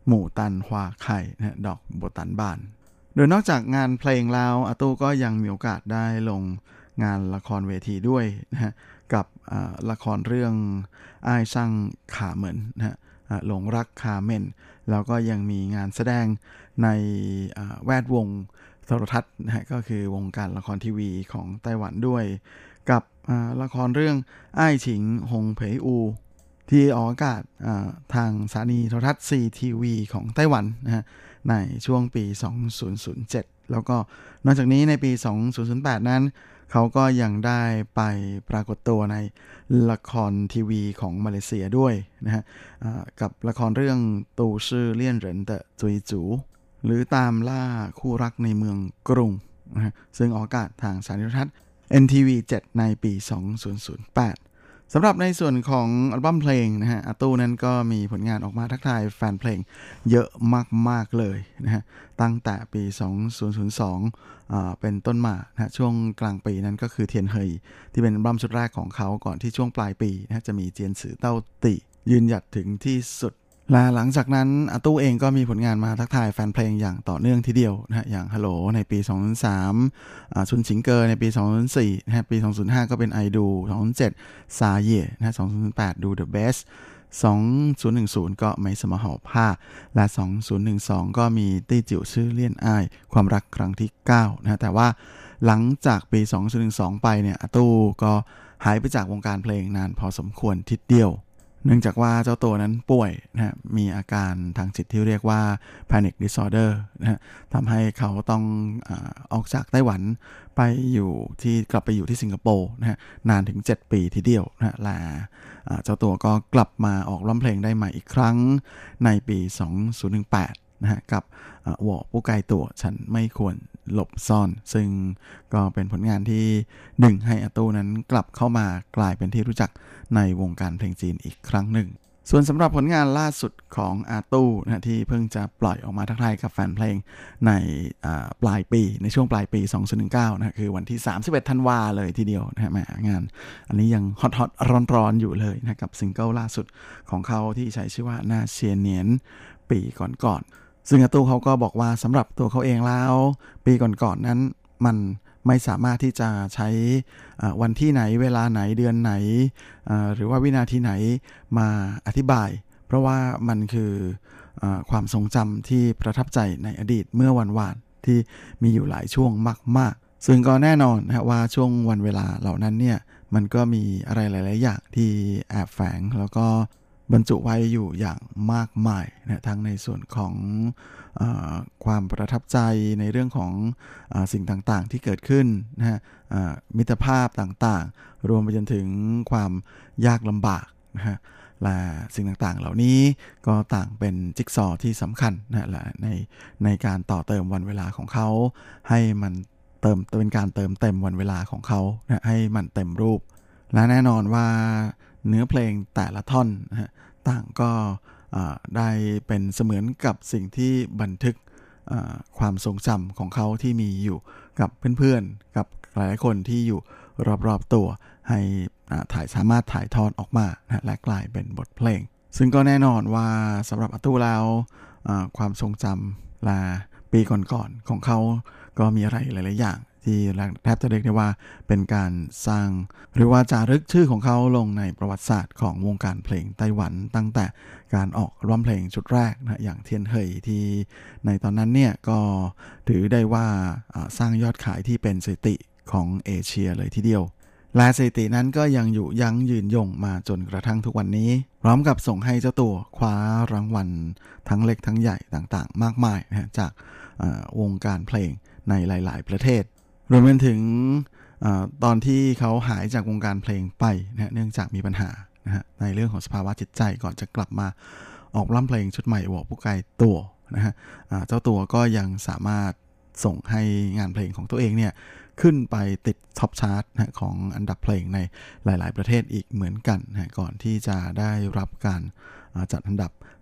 หมู่ตันฮวาไข่นะดอกโบตันบานโดยนอกจากงานเพลงแล้วอาตู้ก็ยังมีโอกาสได้ลงงานละครเวทีด้วยนะฮะกับละครเรื่องอ้ายช่างขาเหมินนะฮะหลงรักคาเมนแล้วก็ยังมีงานแสดงในแวดวงโทรทัศน์นะฮะก็คือวงการละครทีวีของไต้หวันด้วยกับละครเรื่องอ้ายฉิงฮงเผยอูที่ออกอากาศทางสถานีโทรทัศน์ ซี ที วี ของไต้หวันนะฮะในช่วงปีสองพันเจ็ดแล้วก็นอกจากนี้ในปีสองพันแปดนั้นเขาก็ยังได้ไปปรากฏตัวในละครทีวีของมาเลเซียด้วยนะฮะกับละครเรื่องตูชื่อเลี่ยนเหรินเต๋อจุยจูหรือตามล่าคู่รักในเมืองกรุงนะฮะซึ่งออกอากาศทางสถานีโทรทัศน์ เอ็น ที วี เจ็ดในปีสองพันแปดสำหรับในส่วนของอัลบั้มเพลงนะฮะอาตู้นั้นก็มีผลงานออกมาทักทายแฟนเพลงเยอะมากๆเลยนะฮะตั้งแต่ปีสองพันสองอ่าเป็นต้นมานะช่วงกลางปีนั้นก็คือเทียนเฮยที่เป็นอัลบั้มชุดแรกของเขาก่อนที่ช่วงปลายปีนะจะมีเจียนสือเต้าติยืนหยัดถึงที่สุดและหลังจากนั้นอาตู้เองก็มีผลงานมาทักทายแฟนเพลงอย่างต่อเนื่องทีเดียวนะฮะอย่างฮัลโหลในปีสองพันสามอ่าชุนชิงเกอร์ในปีสองพันสี่นะฮะปีสองพันห้าก็เป็นไอดูสองพันเจ็ดซาเย่นะฮะสองพันแปดดู The Best สองพันสิบก็ไม่สมหอผ้าและสองพันสิบสองก็มีตี้จิ๋วชื่อเลี่ยนอ้ายความรักครั้งที่เก้านะฮะแต่ว่าหลังจากปีสองพันสิบสองไปเนี่ยอาตู้ก็หายไปจากวงการเพลงนานพอสมควรทีเดียวเนื่องจากว่าเจ้าตัวนั้นป่วยนะฮะมีอาการทางจิตที่เรียกว่า panic disorder นะฮะทำให้เขาต้องอ่าออกจากไต้หวันไปอยู่ที่กลับไปอยู่ที่สิงคโปร์นะฮะนานถึงเจ็ดปีทีเดียวนะฮะและเจ้าตัวก็กลับมาออกร้องเพลงได้ใหม่อีกครั้งในปีสองพันสิบแปดนะฮะกับหว่อผู้ไกลตัวฉันไม่ควรหลบซ่อนซึ่งก็เป็นผลงานที่ดึงให้อาตู้นั้นกลับเข้ามากลายเป็นที่รู้จักในวงการเพลงจีนอีกครั้งหนึ่งส่วนสำหรับผลงานล่าสุดของอาตู้นะที่เพิ่งจะปล่อยออกมาทักทายกับแฟนเพลงในปลายปีในช่วงปลายปีสองพันสิบเก้านะคือวันที่สามสิบเอ็ดธันวาเลยทีเดียวนะฮะแหมงานอันนี้ยังฮอตๆร้อนๆอยู่เลยนะกับซิงเกิลล่าสุดของเขาที่ใช้ชื่อว่านาเซียเนียนปีก่อนๆซึ่งอาตู้เขาก็บอกว่าสำหรับตัวเขาเองแล้วปีก่อนๆนั้นมันไม่สามารถที่จะใช้วันที่ไหนเวลาไหนเดือนไหนหรือว่าวินาทีไหนมาอธิบายเพราะว่ามันคือความทรงจำที่ประทับใจในอดีตเมื่อวันวานที่มีอยู่หลายช่วงมากๆซึ่งก็แน่นอนนะว่าช่วงวันเวลาเหล่านั้นเนี่ยมันก็มีอะไรหลายๆอย่างที่แอบแฝงแล้วก็บรรจุไว้อยู่อย่างมากมายนะทั้งในส่วนของเอ่อความประทับใจในเรื่องของเอ่อสิ่งต่างๆที่เกิดขึ้นนะฮะมิตรภาพต่างๆรวมไปจนถึงความยากลำบากนะฮะและสิ่งต่างๆเหล่านี้ก็ต่างเป็นจิ๊กซอว์ที่สำคัญนะและในในการต่อเติมวันเวลาของเขาให้มันเติมเป็นการเติมเต็มวันเวลาของเขานะให้มันเต็มรูปและแน่นอนว่าเนื้อเพลงแต่ละท่อนนะฮะต่างก็ได้เป็นเสมือนกับสิ่งที่บันทึกความทรงจำของเขาที่มีอยู่กับเพื่อนๆกับหลายๆคนที่อยู่รอบๆตัวให้ถ่ายสามารถถ่ายทอดออกมานะและกลายเป็นบทเพลงซึ่งก็แน่นอนว่าสำหรับอาตู้แล้วความทรงจำและปีก่อนๆของเขาก็มีอะไรหลายๆอย่างที่แทบจะเรียกได้ว่าเป็นการสร้างหรือว่าจารึกชื่อของเขาลงในประวัติศาสตร์ของวงการเพลงไต้หวันตั้งแต่การออกร้องเพลงชุดแรกนะอย่างเทียนเฮยที่ในตอนนั้นเนี่ยก็ถือได้ว่าสร้างยอดขายที่เป็นสถิติของเอเชียเลยทีเดียวและสถิตินั้นก็ยังอยู่ยั้งยืนยงมาจนกระทั่งทุกวันนี้พร้อมกับส่งให้เจ้าตัวคว้ารางวัลทั้งเล็กทั้งใหญ่ต่างๆมากมายนะจากวงการเพลงในหลายๆประเทศรวมไปถึงตอนที่เขาหายจากวงการเพลงไปนะเนื่องจากมีปัญหานะฮะในเรื่องของสภาวะจิตใจก่อนจะกลับมาออกร้องเพลงชุดใหม่วอผู้ไกลตัวนะฮะเจ้าตัวก็ยังสามารถส่งให้งานเพลงของตัวเองเนี่ยขึ้นไปติดท็อปชาร์ตนะของอันดับเพลงในหลายๆประเทศอีกเหมือนกันนะก่อนที่จะได้รับการจัดอันดับ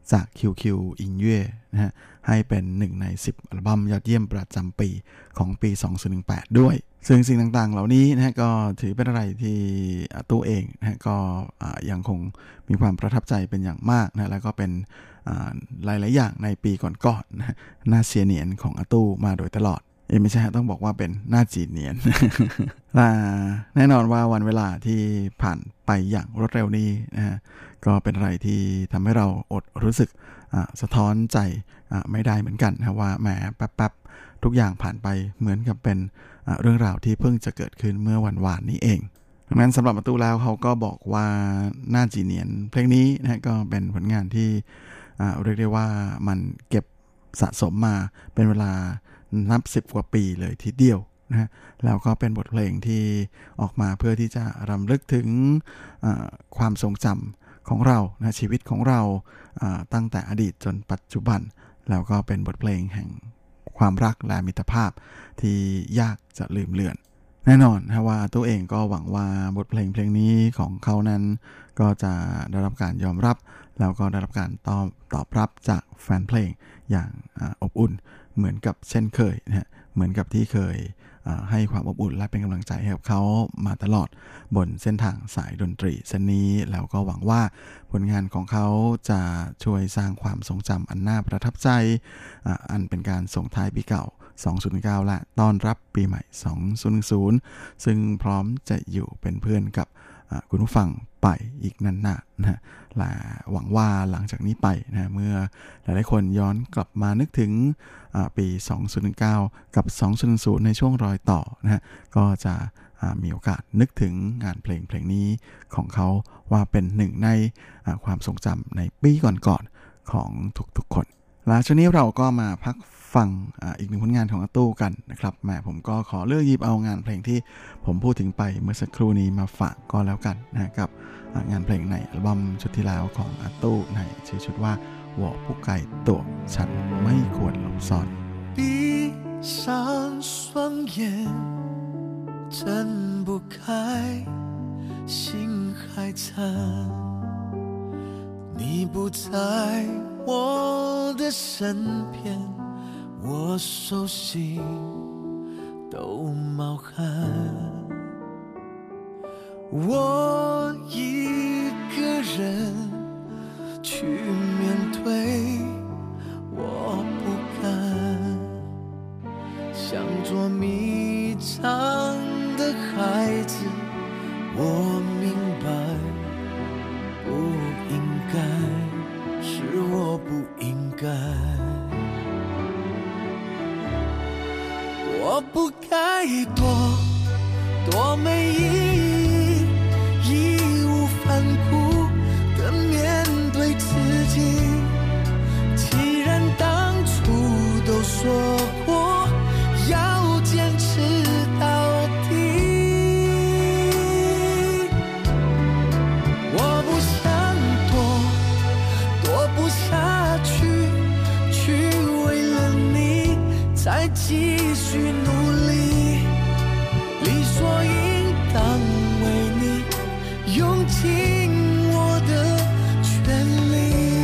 จาก คิว คิว 音乐นะฮะให้เป็นหนึ่งในสิบอัลบั้มยอดเยี่ยมประจำปีของปีสองพันสิบแปดด้วยซึ่งสิ่งต่างๆเหล่านี้นะฮะก็ถือเป็นอะไรที่ตัวเองนะฮะก็ยังคงมีความประทับใจเป็นอย่างมากนะแล้วก็เป็นหลายๆอย่างในปีก่อนๆนะหน้าเสียเนียนของอาตู้มาโดยตลอดเอ้ไม่ใช่ต้องบอกว่าเป็นหน้าจีเนียน แน่นอนว่าวันเวลาที่ผ่านไปอย่างรวดเร็วนี้นะฮะก็เป็นอะไรที่ทำให้เราอดรู้สึกสะท้อนใจไม่ได้เหมือนกันนะว่าแหมแป๊บๆทุกอย่างผ่านไปเหมือนกับเป็นเรื่องราวที่เพิ่งจะเกิดขึ้นเมื่อวันวานนี้เองดังนั้นสำหรับอาตู้แล้วเขาก็บอกว่าหน้าจีเนียนเพลงนี้นะก็เป็นผลงานที่เรียกได้ว่ามันเก็บสะสมมาเป็นเวลานับสิบกว่าปีเลยทีเดียวนะฮะแล้วก็เป็นบทเพลงที่ออกมาเพื่อที่จะรำลึกถึงความทรงจำของเรานะชีวิตของเราตั้งแต่อดีตจนปัจจุบันแล้วก็เป็นบทเพลงแห่งความรักและมิตรภาพที่ยากจะลืมเลือนแน่นอนนะว่าตัวเองก็หวังว่าบทเพลงเพลงนี้ของเขานั้นก็จะได้รับการยอมรับแล้วก็ได้รับการตอบตอบรับจากแฟนเพลงอย่างอบอุ่นเหมือนกับเช่นเคยนะฮะเหมือนกับที่เคยให้ความอบอุ่นและเป็นกำลังใจให้กับเขามาตลอดบนเส้นทางสายดนตรีเส้นนี้แล้วก็หวังว่าผลงานของเขาจะช่วยสร้างความทรงจำอันน่าประทับใจอันเป็นการส่งท้ายปีเก่าสองพันสิบเก้าและต้อนรับปีใหม่สองพันสิบซึ่งพร้อมจะอยู่เป็นเพื่อนกับคุณผู้ฟังไปอีกนานๆนะและหวังว่าหลังจากนี้ไปนะเมื่อหลายๆคนย้อนกลับมานึกถึงปีสองพันสิบเก้ากับสองพันสิบในช่วงรอยต่อนะฮะก็จะมีโอกาสนึกถึงงานเพลงเพลงนี้ของเขาว่าเป็นหนึ่งในความทรงจำในปีก่อนๆของทุกๆคนและช่วงนี้เราก็มาพักฟัง อ, อีกหนึ่งผลงานของอาตู้กันนะครับแม่ผมก็ขอเลือกหยิบเอางานเพลงที่ผมพูดถึงไปเมื่อสักครู่นี้มาฝากก็แล้วกันนะกับงานเพลงในอัลบั้มชุดที่แล้วของอาตู้ในชื่อชุดว่า我不该躲ฉันไม่ควรหลบซ่อน闭上双眼睁不开心还残你不在我的身边我手心都冒汗我一个人去面对我不敢像捉迷藏的孩子我明白不应该是我不应该我不该躲多没意义义无反顾的面对自己既然当初都说过要坚持到底我不想躲躲不下去去为了你再继续努力理所应当为你用尽我的全力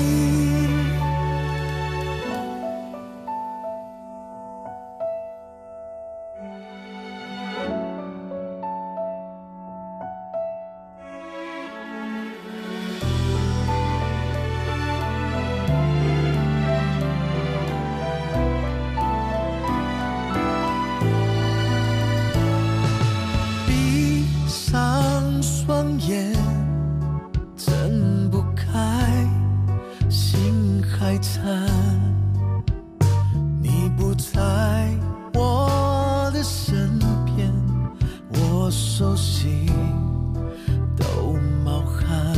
你不在我的身边我手心都冒汗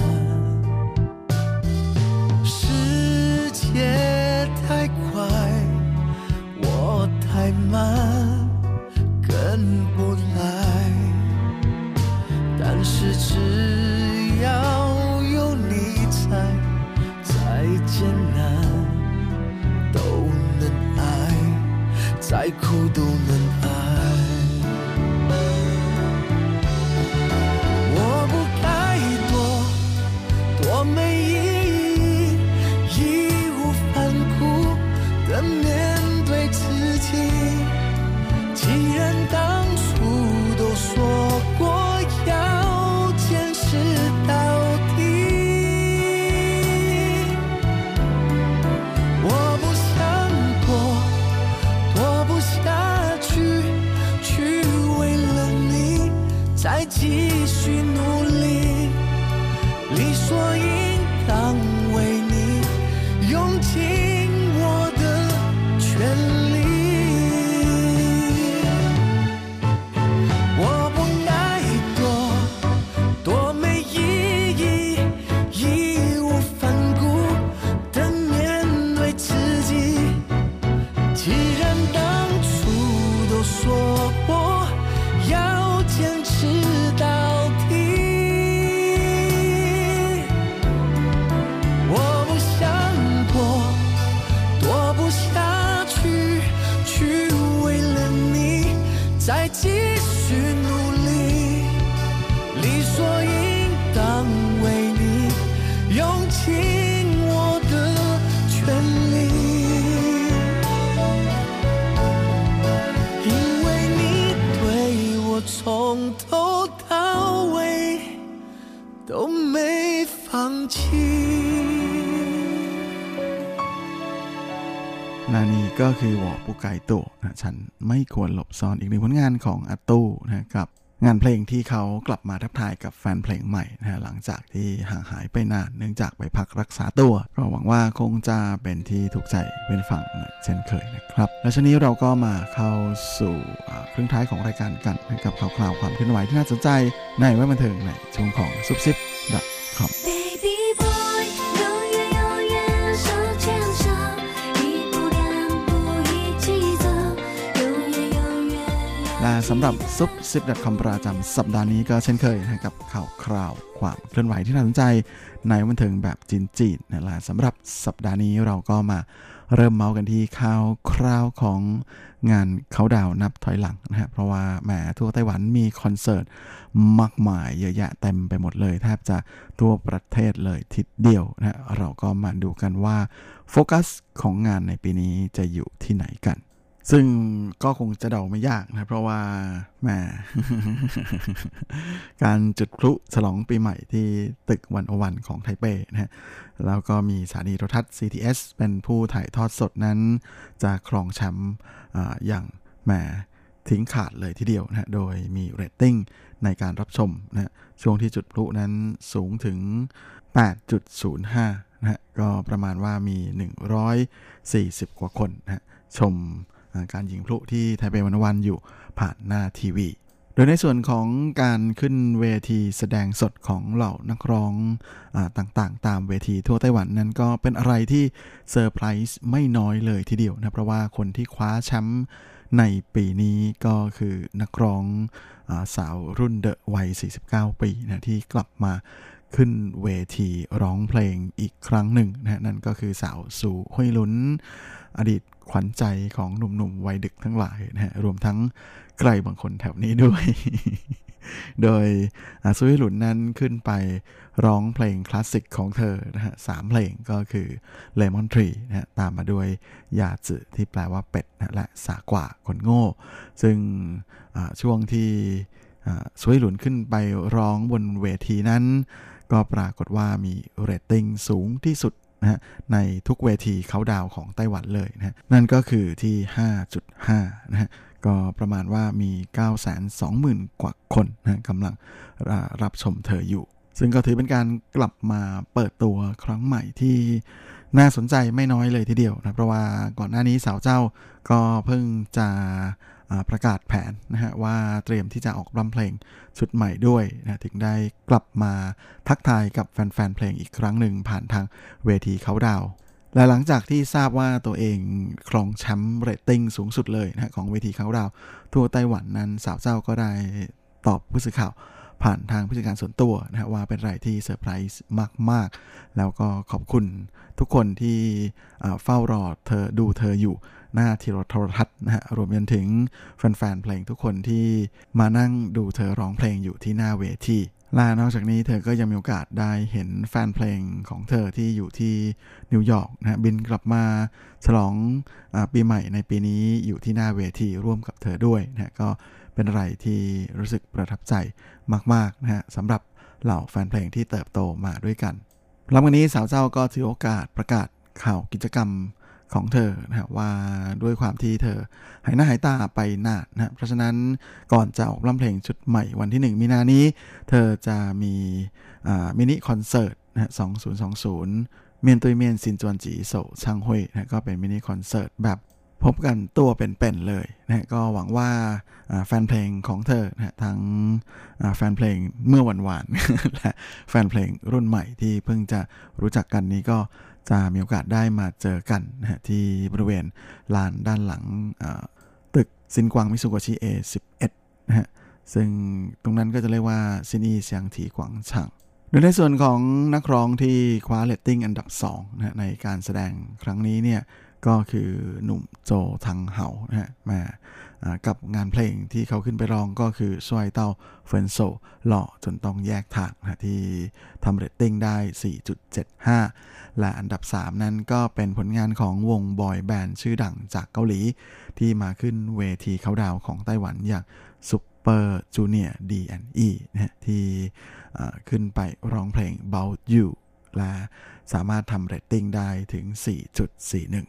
世界太快我太慢跟不来但是只要有你在再艰难都能爱再苦都能爱我不该躲躲没意义义继续努力，理所应当为你用尽我的全力。我不爱多多没意义，义无反顾的面对自己。既然当初都说过要坚持到底，我不想躲，躲不下去，去为了你再继续努力，理所应当为你用尽我的全力。因为你对我从头到尾都没放弃。 และนี่ก็คือวอปุไกโตะนะฉันไม่ควรหลบซ่อนอีกหนึ่งผลงานของอาตู้นะกับงานเพลงที่เขากลับมาทักทายกับแฟนเพลงใหม่นะหลังจากที่ห่างหายไปนานเนื่องจากไปพักรักษาตัวก็หวังว่าคงจะเป็นที่ถูกใจเป็นฝั่งเหมือนเช่นเคยนะครับและช่วงนี้เราก็มาเข้าสู่ครึ่งท้ายของรายการกันกับข่าวคราวความเคลื่อนไหวที่น่าสนใจในแวดบันเทิงในช่วงของซุปซิป .comและสำหรับซุปซิป .com ประจำสัปดาห์นี้ก็เช่นเคยนะกับข่าวคราวความเคลื่อนไหวที่น่าสนใจในบันเทิงแบบจีนๆนะและสำหรับสัปดาห์นี้เราก็มาเริ่มเมาส์กันที่ข่าวคราวของงานเขาดาวนับถอยหลังนะฮะเพราะว่าแหมทั่วไต้หวันมีคอนเสิร์ตมากมายเยอะแยะเต็มไปหมดเลยแทบจะทั่วประเทศเลยทีเดียวนะเราก็มาดูกันว่าโฟกัสของงานในปีนี้จะอยู่ที่ไหนกันซึ่งก็คงจะเดาไม่ยากนะเพราะว่าแหม การจุดพลุฉลองปีใหม่ที่ตึกวันโอวันของไทเปนะฮะแล้วก็มีสถานีโทรทัศน์ ซี ที เอส เป็นผู้ถ่ายทอดสดนั้นจะครองแชมป์ อ, อย่างแหมทิ้งขาดเลยทีเดียวนะโดยมีเรตติ้งในการรับชมนะช่วงที่จุดพลุนั้นสูงถึง แปดจุดศูนย์ห้า นะฮะก็ประมาณว่ามีหนึ่งร้อยสี่สิบกว่าคนนะชมการยิงพลุที่ไทเปวันวันอยู่ผ่านหน้าทีวีโดยในส่วนของการขึ้นเวทีแสดงสดของเหล่านักร้องต่างๆตามเวทีทั่วไต้หวันนั้นก็เป็นอะไรที่เซอร์ไพรส์ไม่น้อยเลยทีเดียวนะเพราะว่าคนที่คว้าแชมป์ในปีนี้ก็คือนักร้องสาวรุ่นเดอะวัยสี่สิบเก้าปีนะที่กลับมาขึ้นเวทีร้องเพลงอีกครั้งหนึ่งนะนั่นก็คือสาวซูฮุยหลุนอดีตขวัญใจของหนุ่มๆวัยดึกทั้งหลายนะฮะรวมทั้งใครบางคนแถวนี้ด้วย โดยซูฮุยหลุนนั้นขึ้นไปร้องเพลงคลาสสิกของเธอนะฮะสามเพลงก็คือ Lemon Tree นะฮะตามมาด้วยยาจื่อที่แปลว่าเป็ดนะและสากว่าคนโง่ซึ่งช่วงที่ซูฮุยหลุนขึ้นไปร้องบนเวทีนั้นก็ปรากฏว่ามีเรตติ้งสูงที่สุดนะฮะในทุกเวทีเค้าดาวของไต้หวันเลยนะฮะนั่นก็คือที่ ห้าจุดห้า นะฮะก็ประมาณว่ามี เก้าแสนสองหมื่น กว่าคนนะกำลังรับชมเธออยู่ซึ่งก็ถือเป็นการกลับมาเปิดตัวครั้งใหม่ที่น่าสนใจไม่น้อยเลยทีเดียวนะเพราะว่าก่อนหน้านี้สาวเจ้าก็เพิ่งจะประกาศแผนนะฮะว่าเตรียมที่จะออกรำเพลงชุดใหม่ด้วยนะถึงได้กลับมาทักทายกับแฟนๆเพลงอีกครั้งหนึ่งผ่านทางเวทีเค้าดาวและหลังจากที่ทราบว่าตัวเองครองแชมป์เรตติ้งสูงสุดเลยนะของเวทีเค้าดาวทั่วไต้หวันนั้นสาวเจ้าก็ได้ตอบผู้สื่อข่าวผ่านทางผู้จัดการส่วนตัวนะฮะว่าเป็นอะไรที่เซอร์ไพรส์มากๆแล้วก็ขอบคุณทุกคนที่เฝ้ารอเธอดูเธออยู่หน้าทีโทรทัศน์นะฮะรวมไปถึงแฟนๆเพลงทุกคนที่มานั่งดูเธอร้องเพลงอยู่ที่หน้าเวทีและนอกจากนี้เธอก็ยังมีโอกาสได้เห็นแฟนเพลงของเธอที่อยู่ที่นิวยอร์กนะฮะบินกลับมาฉลองอ่าปีใหม่ในปีนี้อยู่ที่หน้าเวทีร่วมกับเธอด้วยนะฮะก็เป็นอะไรที่รู้สึกประทับใจมากๆนะฮะสำหรับเหล่าแฟนเพลงที่เติบโตมาด้วยกันหลังจากนี้สาวเจ้าก็ถือโอกาสประกาศข่าวกิจกรรมของเธอนะว่าด้วยความที่เธอหายหน้าหายตาไปนานนะเพราะฉะนั้นก่อนจะออกร้องเพลงชุดใหม่วันที่หนึ่งมีนานี้เธอจะมีมินิคอนเสิร์ตนะสองพันยี่สิบเมียนตุยเมียนซินจวนจีโซช่างฮุยนะก็เป็นมินิคอนเสิร์ตแบบพบกันตัวเป็นๆเลยนะก็หวังว่าแฟนเพลงของเธอนะทั้งแฟนเพลงเมื่อวันวานและแฟนเพลงรุ่นใหม่ที่เพิ่งจะรู้จักกันนี้ก็จะมีโอกาสได้มาเจอกันนะที่บริเวณลานด้านหลังตึกซินกวางมิซูโกชิ เอ สิบเอ็ด นะฮะซึ่งตรงนั้นก็จะเรียกว่าซินีเซียงถีกวางฉางโดยในส่วนของนักร้องที่คว้าเรตติ้งอันดับสองนะในการแสดงครั้งนี้เนี่ยก็คือหนุ่มโจทังเหานะฮะมากับงานเพลงที่เขาขึ้นไปร้องก็คือช่วยเต้าเฟินโซหล่อจนต้องแยกทางนะที่ทำเรตติ้งได้ สี่จุดเจ็ดห้า และอันดับสามนั้นก็เป็นผลงานของวงบอยแบนด์ชื่อดังจากเกาหลีที่มาขึ้นเวทีเค้าดาวของไต้หวันอย่างซุปเปอร์จูเนียร์ ดี แอนด์ อี นะฮะที่ขึ้นไปร้องเพลง About You และสามารถทำเรตติ้งได้ถึง สี่จุดสี่หนึ่ง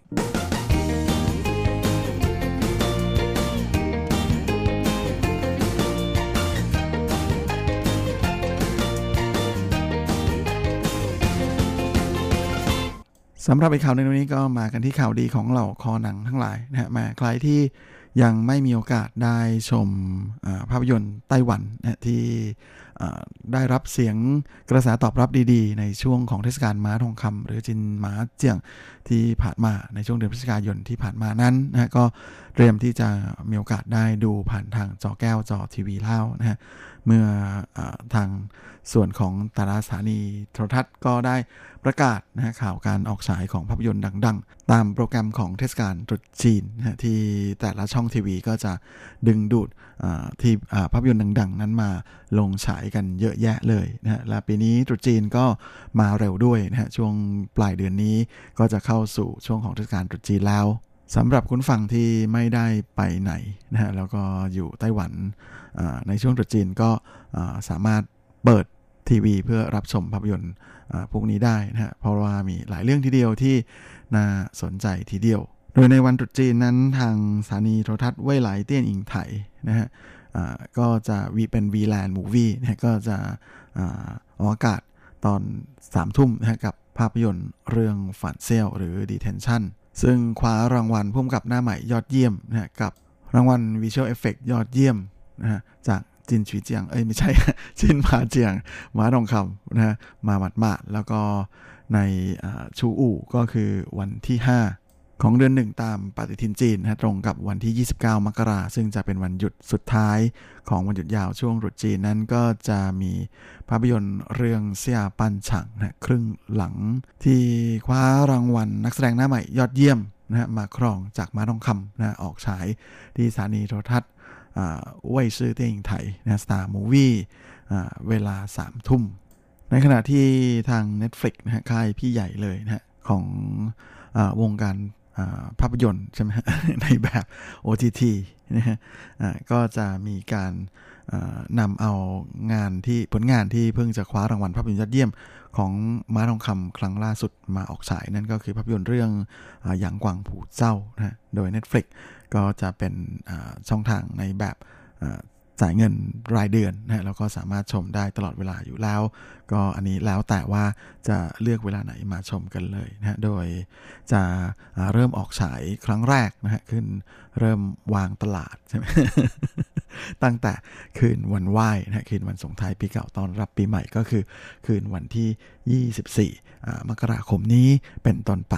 สำหรับอีกข่าวในวันนี้ก็มากันที่ข่าวดีของเหล่าคอหนังทั้งหลายนะฮะมาใครที่ยังไม่มีโอกาสได้ชมภาพยนตร์ไต้หวันนะที่ได้รับเสียงกระแสตอบรับดีๆในช่วงของเทศกาลม้าทองคำหรือจินม้าเจียงที่ผ่านมาในช่วงเดือนพฤศจิกายนที่ผ่านมานั้นนะก็เตรียมที่จะมีโอกาสได้ดูผ่านทางจอแก้วจอทีวีเล่านะฮะเมื่อทางส่วนของแต่ละสถานีโทรทัศน์ก็ได้ประกาศนะฮะข่าวการออกฉายของภาพยนตร์ดังๆตามโปรแกรมของเทศกาลตรุษจีนนะฮะที่แต่ละช่องทีวีก็จะดึงดูดที่ภาพยนตร์ดังๆนั้นมาลงฉายกันเยอะแยะเลยนะฮะและปีนี้ตรุษจีนก็มาเร็วด้วยนะฮะช่วงปลายเดือนนี้ก็จะเข้าสู่ช่วงของเทศกาลตรุษจีนแล้วสำหรับคุณฟังที่ไม่ได้ไปไหนนะฮะแล้วก็อยู่ไต้หวันในช่วงตรุษจีนก็สามารถเปิดทีวีเพื่อรับชมภาพยนตร์พวกนี้ได้นะฮะเพราะว่ามีหลายเรื่องทีเดียวที่น่าสนใจทีเดียวโดยในวันตรุษจีนนั้นทางสถานีโทรทัศน์เว่ยหลายเตี้ยนอิงไถนะฮะก็จะวีเป็น วีแลนด์ Movie นะก็จะออกอากาศตอนสามทุ่มนะฮะกับภาพยนตร์เรื่องฝันเซี่ยวหรือ Detention ซึ่งคว้ารางวัลผู้กำกับหน้าใหม่ยอดเยี่ยมนะฮะกับรางวัล Visual Effect ยอดเยี่ยมนะฮะจากจินฉีเจียงเอ้ยไม่ใช่ จินมาเจียงม้าทองคำนะฮะมาหมาดๆแล้วก็ในชูอู่ก็คือวันที่ห้าของเดือนหนึ่งตามปฏิทินจีนนะตรงกับวันที่ยี่สิบเก้ามกราคมซึ่งจะเป็นวันหยุดสุดท้ายของวันหยุดยาวช่วงตรุษจีนนั้นก็จะมีภาพยนตร์เรื่องเสี่ยปันฉังนะครึ่งหลังที่คว้ารางวัลนักแสดงหน้าใหม่ยอดเยี่ยมนะฮะมาครองจากม้าทองคำนะออกฉายที่สถานีโทรทัศน์เว่ยซื่อเตี้ยอิงไถนะสตาร์มูฟวี่เวลาสามทุ่มในขณะที่ทาง Netflix นะฮะค่ายพี่ใหญ่เลยนะฮะของวงการภาพยนตร์ใช่ไหม ในแบบ โอ ที ที นะฮะก็จะมีการนำเอางานที่ผลงานที่เพิ่งจะคว้ารางวัลภาพยนตร์ยอดเยี่ยมของม้าทองคำครั้งล่าสุดมาออกฉายนั่นก็คือภาพยนตร์เรื่องหยางกวางผู่เจ้านะฮะโดย Netflix ก็จะเป็นช่องทางในแบบจ่ายเงินรายเดือนนะแล้วก็สามารถชมได้ตลอดเวลาอยู่แล้วก็อันนี้แล้วแต่ว่าจะเลือกเวลาไหนมาชมกันเลยนะโดยจะเริ่มออกฉายครั้งแรกนะฮะขึ้นเริ่มวางตลาดใช่ไหม ตั้งแต่คืนวันไหว้นะคืนวันส่งท้ายปีเก่าต้อนรับปีใหม่ก็คือคืนวันที่ยี่สิบสี่มกราคมนี้เป็นต้นไป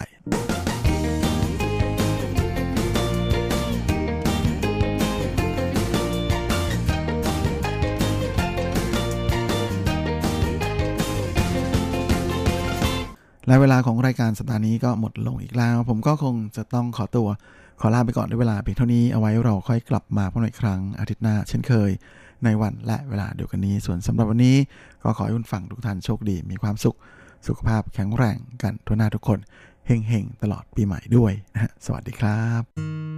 และเวลาของรายการสัปดาห์นี้ก็หมดลงอีกแล้วผมก็คงจะต้องขอตัวขอลาไปก่อนด้วยเวลาเพียงเท่านี้เอาไว้เราค่อยกลับมาพบกันอีกครั้งอาทิตย์หน้าเช่นเคยในวันและเวลาเดียวกันนี้ส่วนสำหรับวันนี้ก็ขอให้คุณฟังทุกท่านโชคดีมีความสุขสุขภาพแข็งแรงกันทั่วหน้าทุกคนเฮงๆตลอดปีใหม่ด้วยนะฮะสวัสดีครับ